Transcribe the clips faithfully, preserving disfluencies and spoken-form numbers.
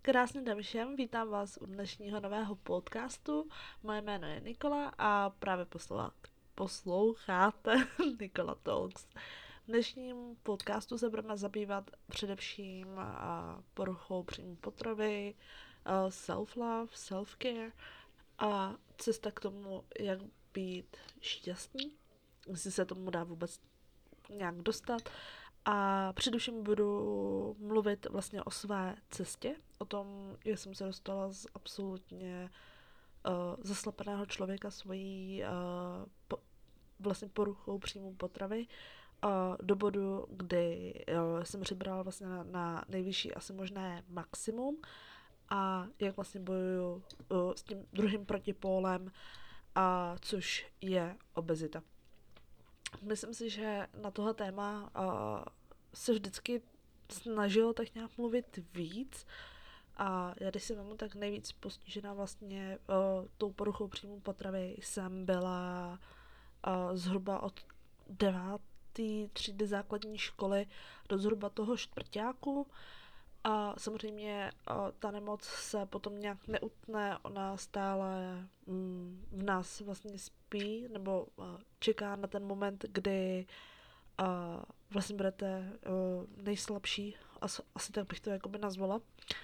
Krásný den všem, vítám vás u dnešního nového podcastu. Moje jméno je Nikola a právě posloucháte, posloucháte Nikola Talks. V dnešním podcastu se budeme zabývat především uh, poruchou příjmu potravy, uh, self-love, self-care a cesta k tomu, jak být šťastný, jestli se tomu dá vůbec nějak dostat. A především budu mluvit vlastně o své cestě, o tom, jak jsem se dostala z absolutně uh, zaslepeného člověka svojí uh, po, vlastně poruchou příjmu potravy uh, do bodu, kdy uh, jsem přibrala vlastně na, na nejvyšší asi možné maximum a jak vlastně bojuju uh, s tím druhým protipólem, a což je obezita. Myslím si, že na tohle téma uh, se vždycky snažilo tak nějak mluvit víc a já když si vemu, tak nejvíc postižená vlastně uh, tou poruchou příjmu potravy jsem byla uh, zhruba od deváté třídy základní školy do zhruba toho čtvrťáku. A samozřejmě uh, ta nemoc se potom nějak neutne, ona stále mm, v nás vlastně spí, nebo uh, čeká na ten moment, kdy uh, vlastně budete uh, nejslabší, asi, asi tak bych to jakoby nazvala.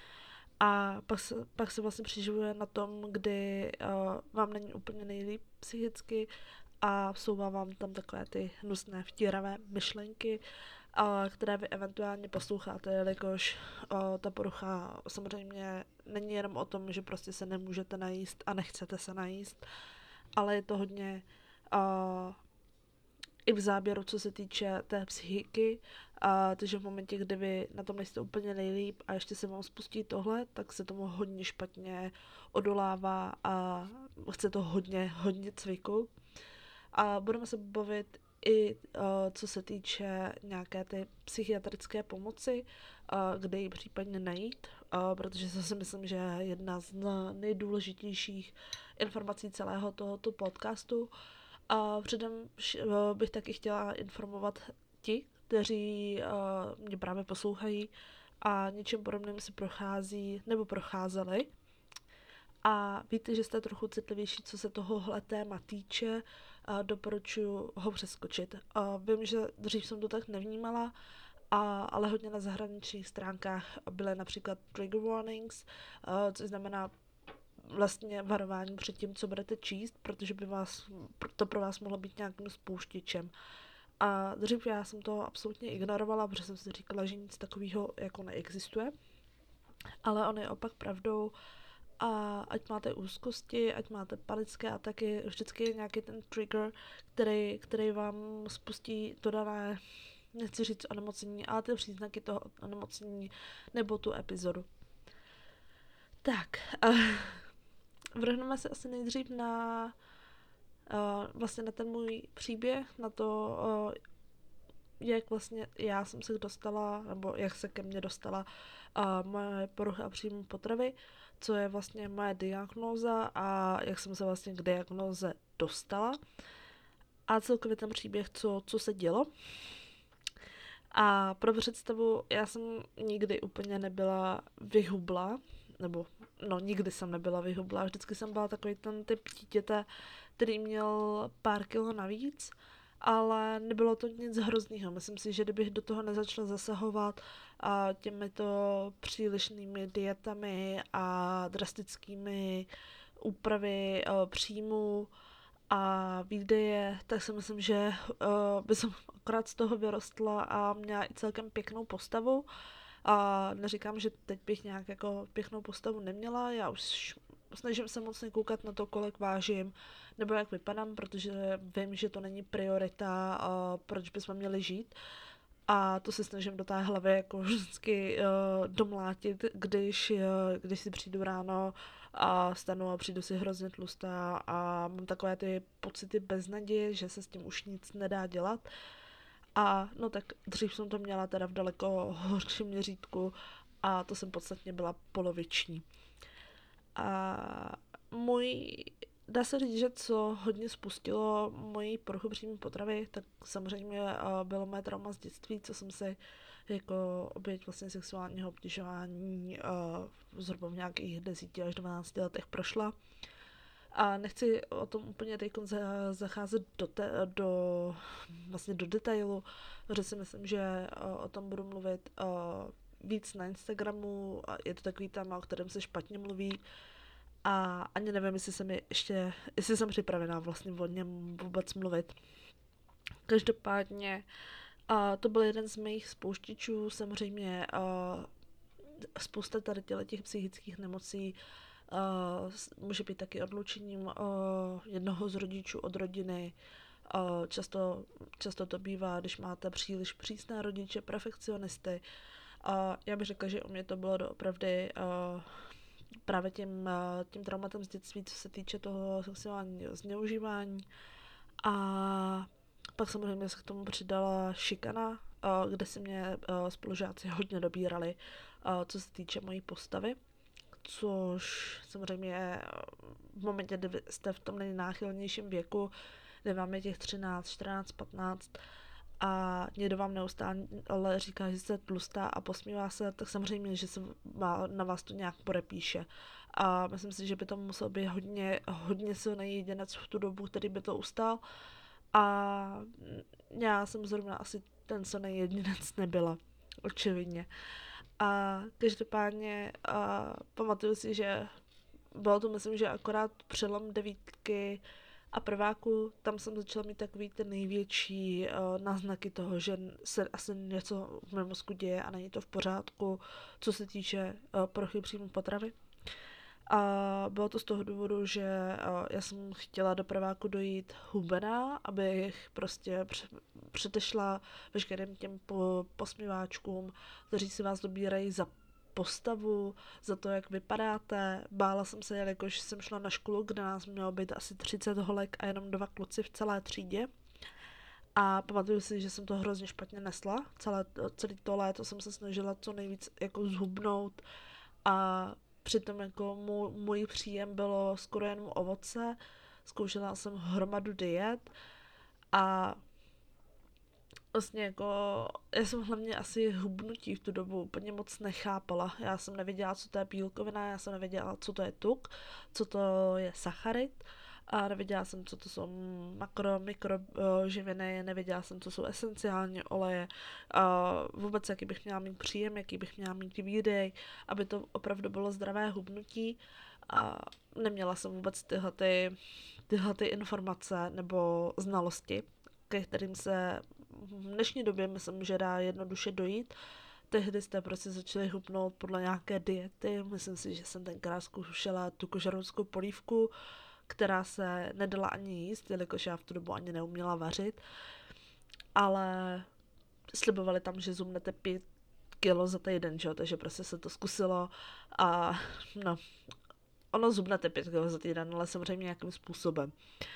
A pak se, pak se vlastně přiživuje na tom, kdy uh, vám není úplně nejlíp psychicky a vsouvá vám tam takové ty hnusné vtíravé myšlenky, a které vy eventuálně posloucháte, jelikož o, ta porucha samozřejmě není jenom o tom, že prostě se nemůžete najíst a nechcete se najíst, ale je to hodně o, i v záběru, co se týče té psychiky, a, takže v momentě, kdy vy na tom nejste úplně nejlíp a ještě se vám spustí tohle, tak se tomu hodně špatně odolává a chce to hodně, hodně cviku. A budeme se bavit i uh, co se týče nějaké ty psychiatrické pomoci, uh, kde ji případně najít, uh, protože to si myslím, že je jedna z nejdůležitějších informací celého tohoto podcastu. A předem uh, bych taky chtěla informovat ti, kteří uh, mě právě poslouchají a něčím podobným si prochází nebo procházeli. A víte, že jste trochu citlivější, co se tohohle téma týče, a doporučuji ho přeskočit. A vím, že dřív jsem to tak nevnímala, a, ale hodně na zahraničních stránkách byly například trigger warnings, a, což znamená vlastně varování před tím, co budete číst, protože by vás, to pro vás mohlo být nějakým spouštěčem. A dřív já jsem to absolutně ignorovala, protože jsem si říkala, že nic takového jako neexistuje. Ale on je opak pravdou. A ať máte úzkosti, ať máte panické ataky, vždycky je nějaký ten trigger, který, který vám spustí to dané, nechci říct onemocnění, ale ty příznaky toho onemocnění nebo tu epizodu. Tak, uh, vrhneme se asi nejdřív na uh, vlastně na ten můj příběh, na to, uh, jak vlastně já jsem se dostala, nebo jak se ke mně dostala uh, moje porucha příjmu potravy, co je vlastně moje diagnóza a jak jsem se vlastně k diagnóze dostala a celkově ten příběh, co, co se dělo. A pro představu, já jsem nikdy úplně nebyla vyhubla, nebo no nikdy jsem nebyla vyhubla, vždycky jsem byla takový ten typ dítěte, který měl pár kilo navíc, ale nebylo to nic hroznýho. Myslím si, že kdybych do toho nezačala zasahovat a těmito přílišnými dietami a drastickými úpravy uh, příjmu a výdeje, tak si myslím, že uh, by jsem akorát z toho vyrostla a měla i celkem pěknou postavu. A neříkám, že teď bych nějak jako pěknou postavu neměla, já už snažím se moc nekoukat na to, kolik vážím, nebo jak vypadám, protože vím, že to není priorita, uh, proč bychom měli žít. A to se snažím do té hlavy jako vždycky uh, domlátit, když, uh, když si přijdu ráno a stanu a přijdu si hrozně tlustá a mám takové ty pocity beznaděje, že se s tím už nic nedá dělat. A no tak dřív jsem to měla teda v daleko horším měřítku a to jsem podstatně byla poloviční. A můj, dá se říct, že co hodně spustilo moji poruchu příjmu potravy, tak samozřejmě bylo moje trauma z dětství, co jsem si jako oběť vlastně sexuálního obtěžování uh, zhruba v nějakých deseti až dvanácti letech prošla. A nechci o tom úplně teď zacházet do, te, do, vlastně do detailu, protože si myslím, že uh, o tom budu mluvit uh, víc na Instagramu. Je to takový téma, o kterém se špatně mluví. A ani nevím, jestli jsem, ještě, jestli jsem připravená vlastně o něm vůbec mluvit. Každopádně uh, to byl jeden z mých spouštěčů. Samozřejmě uh, spousta tady těch psychických nemocí uh, může být taky odloučením uh, jednoho z rodičů od rodiny. Uh, často, často to bývá, když máte příliš přísné rodiče, perfekcionisty. Uh, já bych řekla, že u mě to bylo doopravdy uh, právě tím, tím traumatem z dětství, co se týče toho sexuálního zneužívání. A pak samozřejmě se k tomu přidala šikana, kde si mě spolužáci hodně dobírali, co se týče mojí postavy. Což samozřejmě v momentě, kdy jste v tom nejnáchylnějším věku, kdy vám je těch třináct, čtrnáct, patnáct, a někdo vám neustále ale říká, že jste tlustá a posmívá se, tak samozřejmě, že se na vás to nějak podepíše. A myslím si, že by to musel být hodně, hodně silný jedinec v tu dobu, který by to ustál. A já jsem zrovna asi ten silný jedinec nebyla, očividně. A každopádně a pamatuju si, že bylo to, myslím, že akorát přelom devítky a prváku, tam jsem začala mít takový ten největší uh, náznaky toho, že se asi něco v mém mozku děje a není to v pořádku, co se týče uh, poruchy příjmu potravy. A bylo to z toho důvodu, že uh, já jsem chtěla do prváku dojít hubená, abych prostě přetešla veškerým těm po, posměváčkům, kteří si vás dobírají za postavu, za to, jak vypadáte. Bála jsem se, jelikož jsem šla na školu, kde nás mělo být asi třicet holek a jenom dva kluci v celé třídě. A pamatuju si, že jsem to hrozně špatně nesla. Celé, celé to léto jsem se snažila co nejvíc jako zhubnout a přitom jako můj, můj příjem bylo skoro jenom ovoce. Zkoušela jsem hromadu diet a vlastně jako, já jsem hlavně asi hubnutí v tu dobu úplně moc nechápala. Já jsem nevěděla, co to je bílkovina, já jsem nevěděla, co to je tuk, co to je sacharid a nevěděla jsem, co to jsou makro, mikro uh, živiny, nevěděla jsem, co jsou esenciální oleje, uh, vůbec jaký bych měla mít příjem, jaký bych měla mít výdej, aby to opravdu bylo zdravé hubnutí a neměla jsem vůbec tyhle, ty, tyhle ty informace nebo znalosti, ke kterým se v dnešní době myslím, že dá jednoduše dojít. Tehdy jste prostě začali hubnout podle nějaké diety. Myslím si, že jsem tenkrát zkoušela tu kožarovskou polívku, která se nedala ani jíst, jelikož já v tu dobu ani neuměla vařit. Ale slibovali tam, že zubnete pět kilo za týden, že? Takže prostě se to zkusilo a no, ono zubnete pět kilo za týden, ale samozřejmě nějakým způsobem.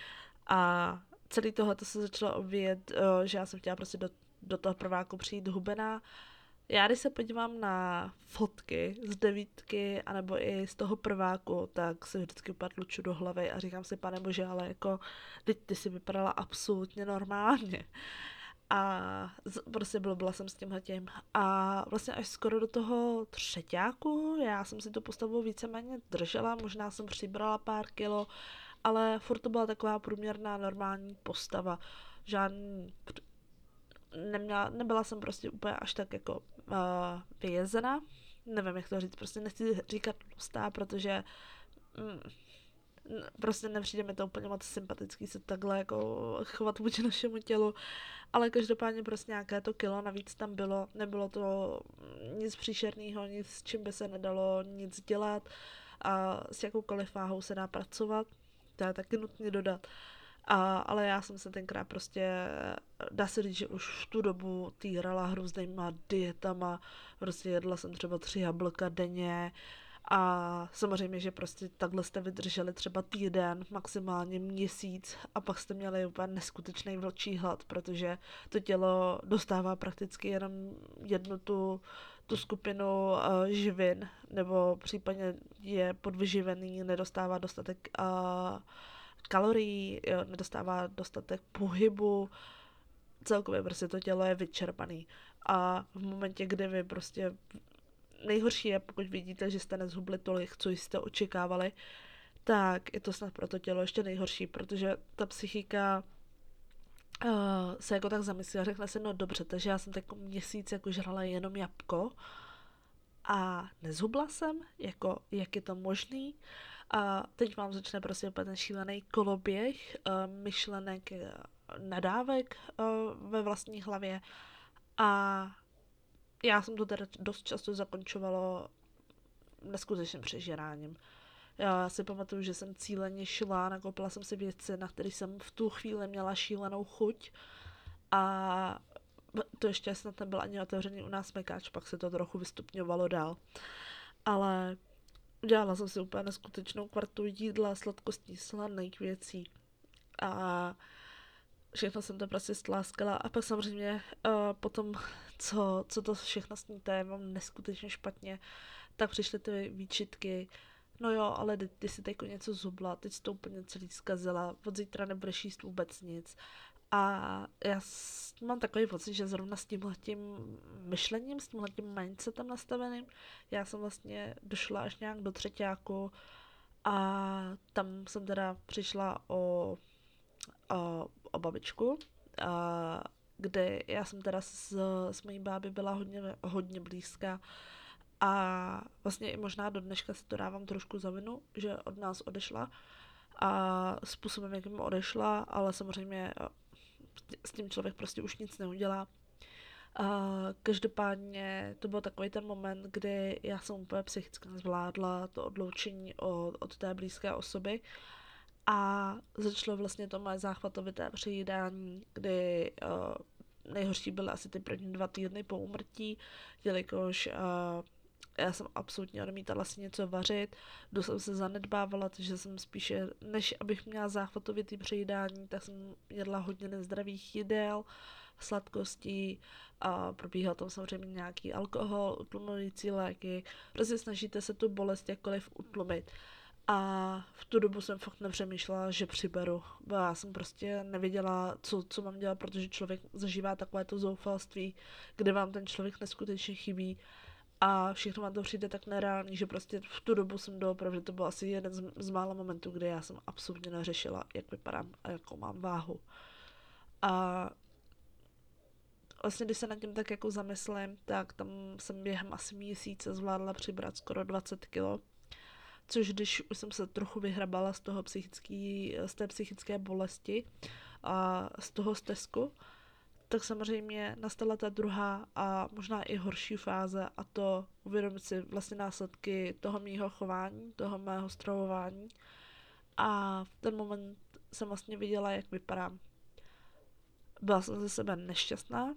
A celý tohle se začalo obvět, že já jsem chtěla prostě do, do toho prváku přijít hubená. Já když se podívám na fotky z devítky anebo i z toho prváku, tak se vždycky úplně tluču do hlavy a říkám si, pane bože, ale jako teď ty si vypadala absolutně normálně. A prostě byla, byla jsem s tímhletím. A vlastně až skoro do toho třeťáku, já jsem si tu postavu víceméně držela, možná jsem přibrala pár kilo, ale furt to byla taková průměrná normální postava. Žádný, neměla, nebyla jsem prostě úplně až tak jako uh, vyjezena. Nevím, jak to říct, prostě nechci říkat tlustá, protože mm, prostě nepřijde mi to úplně moc sympatický se takhle jako chovat vůči našemu tělu, ale každopádně prostě nějaké to kilo navíc tam bylo, nebylo to nic příšerného, nic s čím by se nedalo nic dělat a s jakoukoliv váhou se dá pracovat, to je taky nutně dodat. A, ale já jsem se tenkrát prostě, dá se říct, že už v tu dobu týrala hrůznýma dietama, prostě jedla jsem třeba tři jablka denně a samozřejmě, že prostě takhle jste vydrželi třeba týden, maximálně měsíc a pak jste měli úplně neskutečný vlčí hlad, protože to tělo dostává prakticky jenom jednu tu, tu skupinu uh, živin, nebo případně je podvyživený, nedostává dostatek uh, kalorií, jo, nedostává dostatek pohybu, celkově prostě to tělo je vyčerpaný. A v momentě, kdy vy prostě nejhorší je, pokud vidíte, že jste nezhubli tolik, co jste očekávali, tak je to snad pro to tělo ještě nejhorší, protože ta psychika uh, se jako tak zamyslí a řekne si, no dobře, takže já jsem tak měsíc jako žrala jenom jabko a nezhubla jsem, jako jak je to možný. A teď vám začne prostě úplně ten šílený koloběh uh, myšlenek, uh, nadávek uh, ve vlastní hlavě a já jsem to teda dost často zakončovalo neskutečným přežíráním. Já si pamatuju, že jsem cíleně šla, nakoupila jsem si věci, na které jsem v tu chvíli měla šílenou chuť a to ještě snad nebyl ani otevřený u nás mekáč, pak se to trochu vystupňovalo dál. Ale udělala jsem si úplně neskutečnou kvartu jídla, sladkostí, slaných věcí a všechno jsem to prostě stláskala a pak samozřejmě uh, potom, co, co to všechno sníte, je mám neskutečně špatně, tak přišly ty výčitky, no jo, ale ty, ty si teď něco zubla, teď jsi to úplně celý zkazila, od zítra nebudeš jíst vůbec nic. A já s, mám takový pocit, že zrovna s tímhletím myšlením, s tímhletím mindsetem nastaveným, já jsem vlastně došla až nějak do třetíku a tam jsem teda přišla o, o, o babičku, a, kde já jsem teda s, s mojí báby byla hodně, hodně blízká a vlastně i možná do dneška si to dávám trošku za vinu, že od nás odešla a způsobem, jakým odešla, ale samozřejmě s tím člověk prostě už nic neudělá. A každopádně to byl takový ten moment, kdy já jsem úplně psychicky nezvládla to odloučení od, od té blízké osoby a začalo vlastně to moje záchvatovité přejídání, kdy uh, nejhorší byly asi ty první dva týdny po úmrtí, jelikož uh, já jsem absolutně odmítala si něco vařit, dost jsem se zanedbávala, takže jsem spíše, než abych měla záchvatovitý přejídání, tak jsem jedla hodně nezdravých jídel, sladkostí a probíhal tam samozřejmě nějaký alkohol, utlumující léky, prostě snažíte se tu bolest jakkoliv utlumit. A v tu dobu jsem fakt nepřemýšlela, že přiberu. Já jsem prostě nevěděla, co, co mám dělat, protože člověk zažívá takovéto zoufalství, kde vám ten člověk neskutečně chybí a všechno vám to přijde tak nereálný, že prostě v tu dobu jsem doopravdy, to byl asi jeden z, z mála momentů, kdy já jsem absolutně neřešila, jak vypadám a jakou mám váhu. A vlastně, když se nad tím tak jako zamyslím, tak tam jsem během asi měsíce zvládla přibrat skoro dvacet kilo, což když už jsem se trochu vyhrabala z toho psychický, z té psychické bolesti a z toho stesku, tak samozřejmě nastala ta druhá a možná i horší fáze a to uvědomit si vlastně následky toho mýho chování, toho mého stravování a v ten moment jsem vlastně viděla, jak vypadám. Byla jsem ze sebe nešťastná,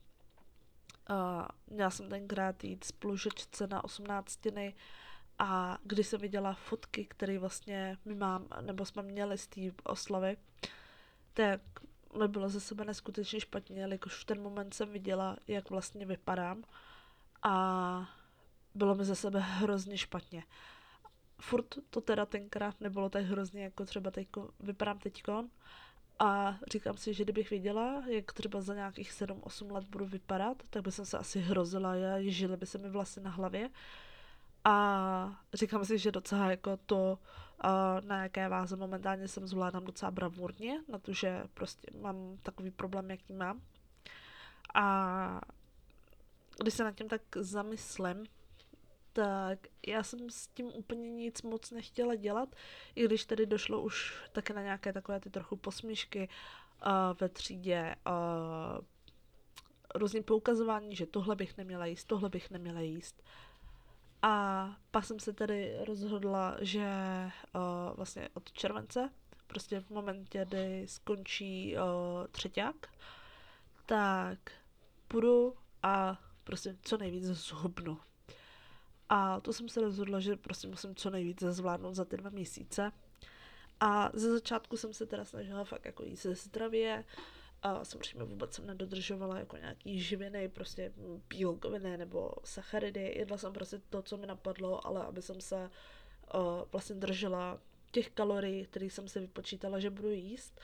a měla jsem tenkrát jít z plužečce na osmnáctiny a když jsem viděla fotky, které vlastně my mám, nebo jsme měli z té oslavy, tak mi bylo ze sebe neskutečně špatně, jelikož v ten moment jsem viděla, jak vlastně vypadám a bylo mi ze sebe hrozně špatně. Furt to teda tenkrát nebylo tak hrozně, jako třeba teďko, vypadám teďkon a říkám si, že kdybych věděla, jak třeba za nějakých sedm osm let budu vypadat, tak by jsem se asi hrozila, žily by se mi vlasy na hlavě a říkám si, že docela jako to, na jaké váze momentálně jsem zvládám docela bravurně, na to, že prostě mám takový problém, jaký mám. A když se nad tím tak zamyslím, tak já jsem s tím úplně nic moc nechtěla dělat, i když tedy došlo už také na nějaké takové ty trochu posměšky uh, ve třídě, uh, různý poukazování, že tohle bych neměla jíst, tohle bych neměla jíst. A pak jsem se tedy rozhodla, že uh, vlastně od července, prostě v momentě, kdy skončí uh, třeťák, tak půjdu a prostě co nejvíc zhubnu. A to jsem se rozhodla, že prostě musím co nejvíc zvládnout za ty dva měsíce. A ze začátku jsem se teda snažila fakt jako jíst zdravě, a samozřejmě vůbec jsem nedodržovala jako nějaký živiny, prostě bílkoviny nebo sacharidy, jedla jsem prostě to, co mi napadlo, ale aby jsem se uh, vlastně držela těch kalorií, které jsem si vypočítala, že budu jíst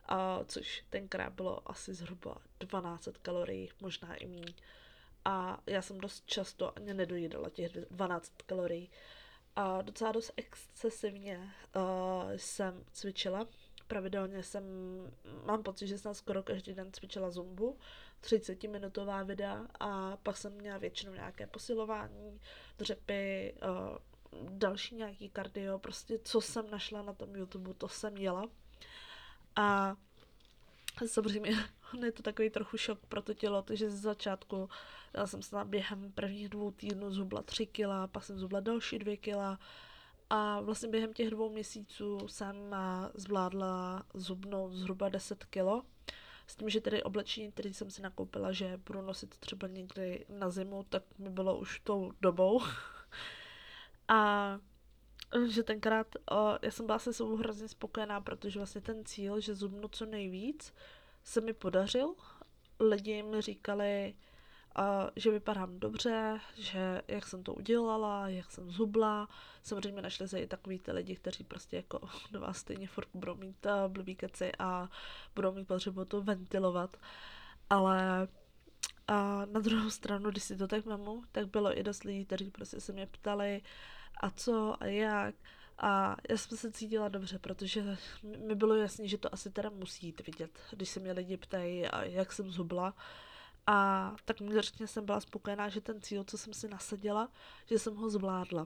a což tenkrát bylo asi zhruba dvanáct set kalorií, možná i méně. A já jsem dost často ani nedojídala těch dvanáct kalorií. A docela dost excesivně uh, jsem cvičila. Pravidelně jsem, mám pocit, že jsem skoro každý den cvičila zumbu, třicetiminutová videa a pak jsem měla většinou nějaké posilování, dřepy, uh, další nějaký kardio, prostě co jsem našla na tom YouTube, to jsem jela. A samozřejmě je to takový trochu šok pro to tělo, takže ze začátku já jsem snad během prvních dvou týdnů zhubla tři kila, pak jsem zhubla další dvě kila a vlastně během těch dvou měsíců jsem zvládla zhubnout zhruba deset kilo. S tím, že tedy oblečení, který jsem si nakoupila, že budu nosit třeba někdy na zimu, tak mi bylo už tou dobou. A že tenkrát uh, já jsem byla se sebou hrozně spokojená, protože vlastně ten cíl, že zhubnu co nejvíc, se mi podařil. Lidi mi říkali, uh, že vypadám dobře, že jak jsem to udělala, jak jsem zhubla. Samozřejmě našli se i takový ty lidi, kteří prostě jako do vás stejně furt budou mít uh, blbý keci a budou mít potřebu to ventilovat. Ale a na druhou stranu, když si to tak vemu, tak bylo i dost lidí, kteří prostě se mě ptali, a co a jak. A já jsem se cítila dobře, protože mi bylo jasný, že to asi teda musí jít vidět, když se mě lidi ptají, a jak jsem zhubla. A tak měřně jsem byla spokojená, že ten cíl, co jsem si nasadila, že jsem ho zvládla.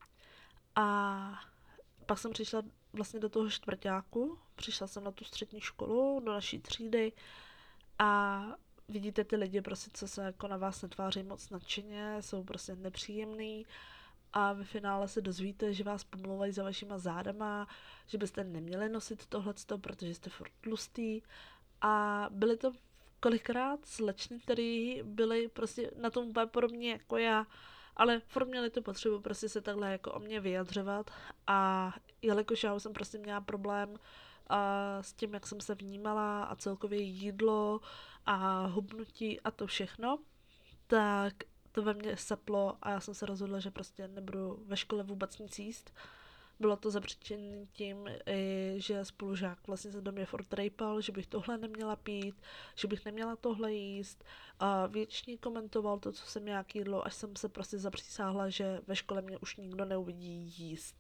A pak jsem přišla vlastně do toho čtvrťáku, přišla jsem na tu střední školu, do naší třídy a vidíte ty lidi, prostě, co se jako na vás netváří moc nadšeně, jsou prostě nepříjemný a ve finále se dozvíte, že vás pomlouvají za vašima zádama, že byste neměli nosit tohleto, protože jste furt tlustý. A byly to kolikrát slečny, které byly prostě na tom úplně podobně jako já, ale furt měli tu potřebu prostě se takhle jako o mě vyjadřovat a jelikož já jsem prostě měla problém a s tím, jak jsem se vnímala a celkově jídlo a hubnutí a to všechno, tak to ve mně seplo a já jsem se rozhodla, že prostě nebudu ve škole vůbec nic jíst. Bylo to zapříčené tím, že spolužák vlastně se do mě furt rejpal, že bych tohle neměla pít, že bych neměla tohle jíst. A věčně komentoval to, co jsem nějak jídlo, až jsem se prostě zapřísáhla, že ve škole mě už nikdo neuvidí jíst.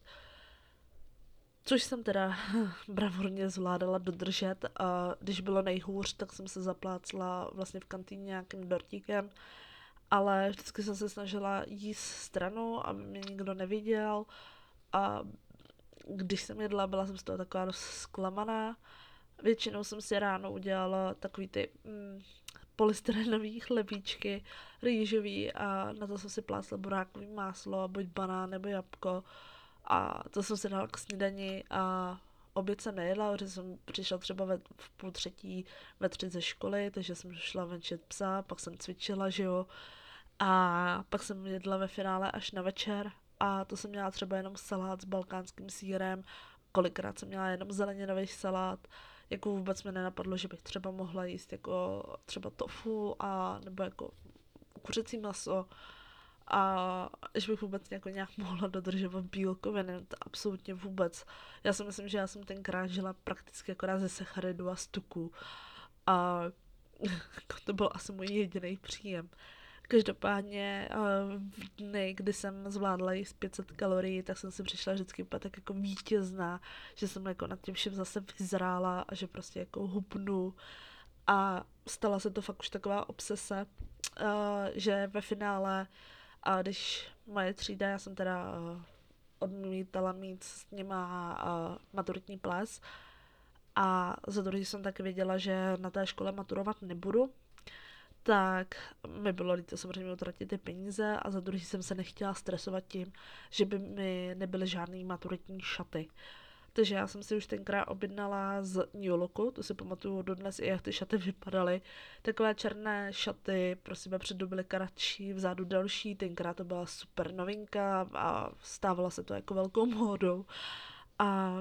Což jsem teda bravurně zvládala dodržet a když bylo nejhůř, tak jsem se zaplácla vlastně v kantýně nějakým dortíkem, ale vždycky jsem se snažila jíst stranou, aby mě nikdo neviděl a když jsem jedla, byla jsem z toho taková dost zklamaná. Většinou jsem si ráno udělala takový ty mm, polystyrenový chlebíčky, rýžový a na to jsem si plásla borákový máslo, buď banán nebo jabko a to jsem si dala k snídani a oběd jsem nejedla, protože jsem přišla třeba ve, v půl třetí ve tři ze školy, takže jsem šla venčit psa, pak jsem cvičila, že jo, a pak jsem jedla ve finále až na večer a to jsem měla třeba jenom salát s balkánským sýrem, kolikrát jsem měla jenom zeleninový salát, jako vůbec mi nenapadlo, že bych třeba mohla jíst jako třeba tofu a nebo jako kuřecí maso a že bych vůbec jako nějak mohla dodržovat bílkoviny, to absolutně vůbec. Já si myslím, že já jsem tenkrát žila prakticky akorát ze sacharidu a z tuku a to byl asi můj jediný příjem. Každopádně v dny, kdy jsem zvládla jíst pět set kalorií, tak jsem si přišla vždycky úplně tak jako vítězná, že jsem jako nad tím všem zase vyzrála a že prostě jako hubnu a stala se to fakt už taková obsese, že ve finále, a když moje třída, já jsem teda odmítala mít s nima maturitní ples a za druhý jsem taky věděla, že na té škole maturovat nebudu, tak mi bylo líto samozřejmě utratit ty peníze a za druhý jsem se nechtěla stresovat tím, že by mi nebyly žádný maturitní šaty. Takže já jsem si už tenkrát objednala z New Looku, to si pamatuju dodnes i jak ty šaty vypadaly. Takové černé šaty, pro sebe předu byly kratší, vzadu delší, tenkrát to byla super novinka a stávala se to jako velkou módou. A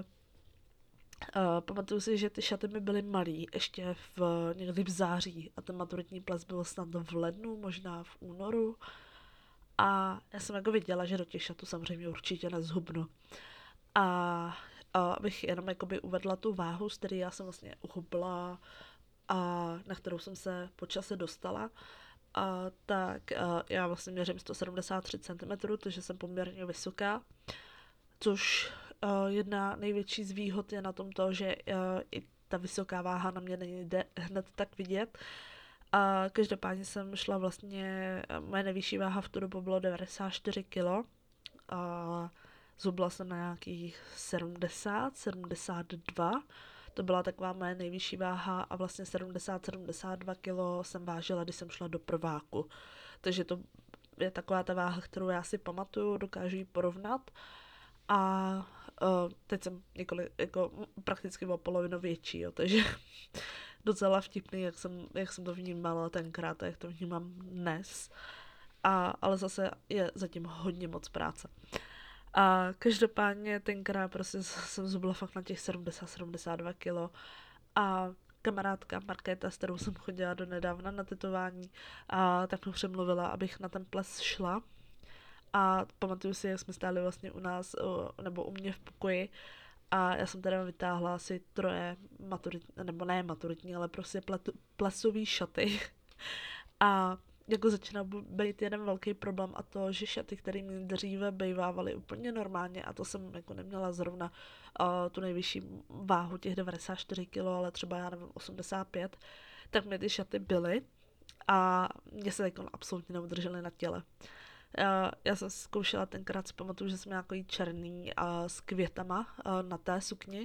Uh, pamatuju si, že ty šaty mi byly malý, ještě v, někdy v září a ten maturitní ples byl snad v lednu, možná v únoru a já jsem jako viděla, že do těch šatů samozřejmě určitě nezhubnu. A a abych jenom jakoby uvedla tu váhu, z které já jsem vlastně uhubla a na kterou jsem se po čase dostala, a tak a já vlastně měřím sto sedmdesát tři centimetrů, takže jsem poměrně vysoká, což a jedna největší z výhod je na tom to, že a, i ta vysoká váha na mě nejde hned tak vidět. A každopádně jsem šla vlastně, moje nejvyšší váha v tu dobu bylo devadesát čtyři kilo a zhubla jsem na nějakých sedmdesát, sedmdesát dva. To byla taková moje nejvyšší váha a vlastně sedmdesát sedmdesát dva kilo jsem vážila, když jsem šla do prváku. Takže to je taková ta váha, kterou já si pamatuju, dokážu ji porovnat. A uh, teď jsem několik, jako prakticky o polovinu větší, jo, takže docela vtipný, jak jsem, jak jsem to vnímala tenkrát a jak to vnímám dnes. A, ale zase je zatím hodně moc práce. A každopádně tenkrát prostě jsem zubla fakt na těch sedmdesát sedmdesát dva kilo a kamarádka Markéta, s kterou jsem chodila do nedávna na tetování, a tak mě přemluvila, abych na ten ples šla. A pamatuju si, jak jsme stáli vlastně u nás, nebo u mě v pokoji, a já jsem teda vytáhla asi troje maturitní, nebo ne maturitní, ale prostě pletu, plesový šaty. A jako začíná být jeden velký problém a to, že šaty, které mi dříve bývávaly úplně normálně, a to jsem jako neměla zrovna uh, tu nejvyšší váhu těch devadesát čtyři kilo, ale třeba já nevím osmdesát pět, tak mi ty šaty byly a mě se jako absolutně neudržely na těle. Uh, já jsem zkoušela tenkrát, si pamatuju, že jsem měla takový černý uh, s květama uh, na té sukni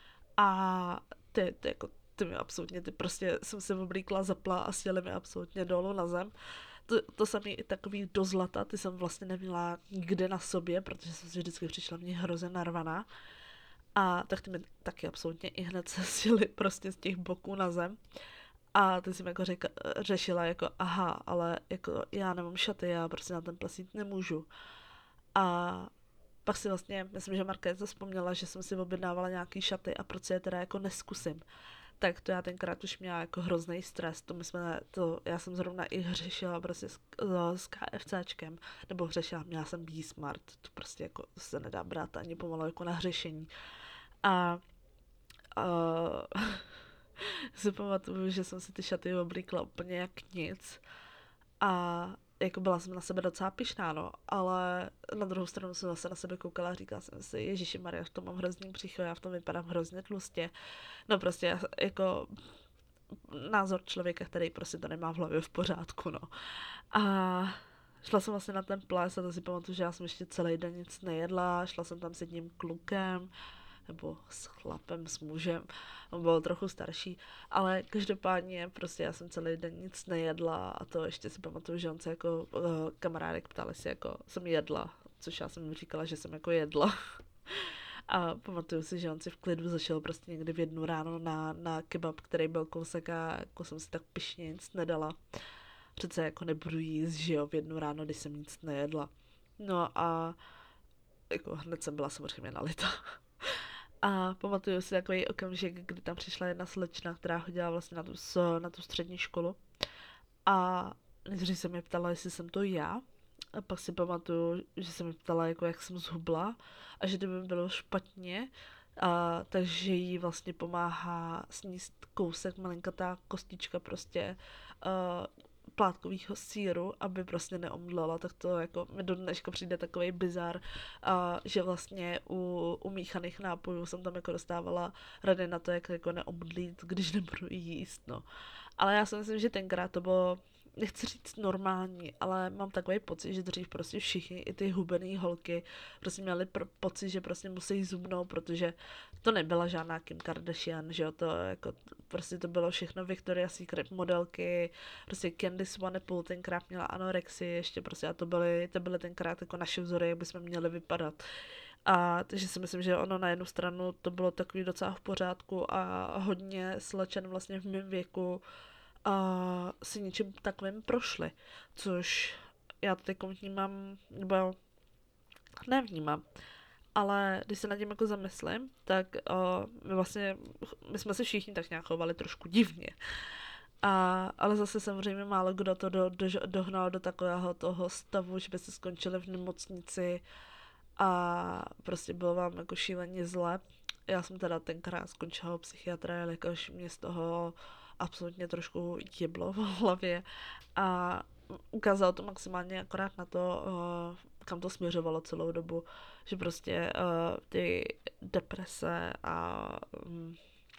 a ty, ty jako ty mi absolutně, ty prostě jsem se oblíkla, zapla a sjeli mi absolutně dolů na zem. To, to samý i takový do zlata, ty jsem vlastně neměla nikde na sobě, protože jsem si vždycky přišla mě hrozně narvaná. A tak ty mi taky absolutně i hned se sjeli prostě z těch boků na zem. A ty jsem jako řeka, řešila jako aha, ale jako já nemám šaty, já prostě na ten ples jít nemůžu. A pak si vlastně, myslím, že Markéta vzpomněla, že jsem si objednávala nějaký šaty a proč je teda jako neskusím. Tak to já tenkrát už měla jako hrozný stres, to my jsme, to já jsem zrovna i řešila prostě s, s KFCčkem, nebo řešila, měla jsem B-Smart, to prostě jako se nedá brát ani pomalu jako na hřešení. A uh, si pamatuju, že jsem si ty šaty oblíkla úplně jak nic a jako byla jsem na sebe docela pyšná, no, ale na druhou stranu jsem zase na sebe koukala a říkala jsem si, ježišimarja, v tom mám hrozný břicho, já v tom vypadám hrozně tlustě. No prostě jako názor člověka, který prostě to nemá v hlavě v pořádku, no. A šla jsem vlastně na ten ples a to si pamatuju, že já jsem ještě celý den nic nejedla, šla jsem tam s jedním klukem, nebo s chlapem, s mužem, on byl trochu starší, ale každopádně prostě já jsem celý den nic nejedla a to ještě si pamatuju, že on se jako uh, kamarádek ptali si, jako jsem jedla, což já jsem říkala, že jsem jako jedla. A pamatuju si, že on si v klidu zašel prostě někdy v jednu ráno na, na kebab, který byl kousek a jako jsem si tak pyšně nic nedala. Přece jako nebudu jíst, že jo, v jednu ráno, když jsem nic nejedla. No a jako hned jsem byla samozřejmě nalita. A pamatuju si takový okamžik, kdy tam přišla jedna slečna, která chodila vlastně na tu, na tu střední školu. A nejdřív se mě ptala, jestli jsem to já. A pak si pamatuju, že se mi ptala, jako jak jsem zhubla a že kdyby bylo špatně, a, takže jí vlastně pomáhá sníst kousek, malinkatá kostička prostě a, plátkovýho sýru, aby prostě neomdlela, tak to jako mi do dneška přijde takovej bizar, a, že vlastně u, u míchaných nápojů jsem tam jako dostávala rady na to, jak jako neomdlít, když nebudu jíst, no. Ale já si myslím, že tenkrát to bylo, nechci říct normální, ale mám takový pocit, že dřív prostě všichni, i ty hubený holky, prostě měli pr- pocit, že prostě musí zubnout, protože to nebyla žádná Kim Kardashian, že jo, to jako, prostě to bylo všechno Victoria's Secret modelky, prostě Candice Swanepoel tenkrát měla anorexii ještě prostě a to byly, to byly tenkrát jako naše vzory, jak bychom měli vypadat. A takže si myslím, že ono na jednu stranu to bylo takový docela v pořádku a hodně slečen vlastně v mém věku a si něčím takovým prošli, což já to teď vnímám, nebo nevnímám, ale když se nad tím jako zamyslím, tak uh, my vlastně, my jsme se všichni tak nějak chovali trošku divně. A, ale zase samozřejmě málo kdo to do, do, dohnal do takového toho stavu, že by se skončili v nemocnici a prostě bylo vám jako šíleně zle. já jsem teda tenkrát skončila u psychiatra, jelikož mě z toho absolutně trošku jeblo v hlavě a ukázalo to maximálně akorát na to, uh, kam to směřovalo celou dobu, že prostě uh, ty deprese a um,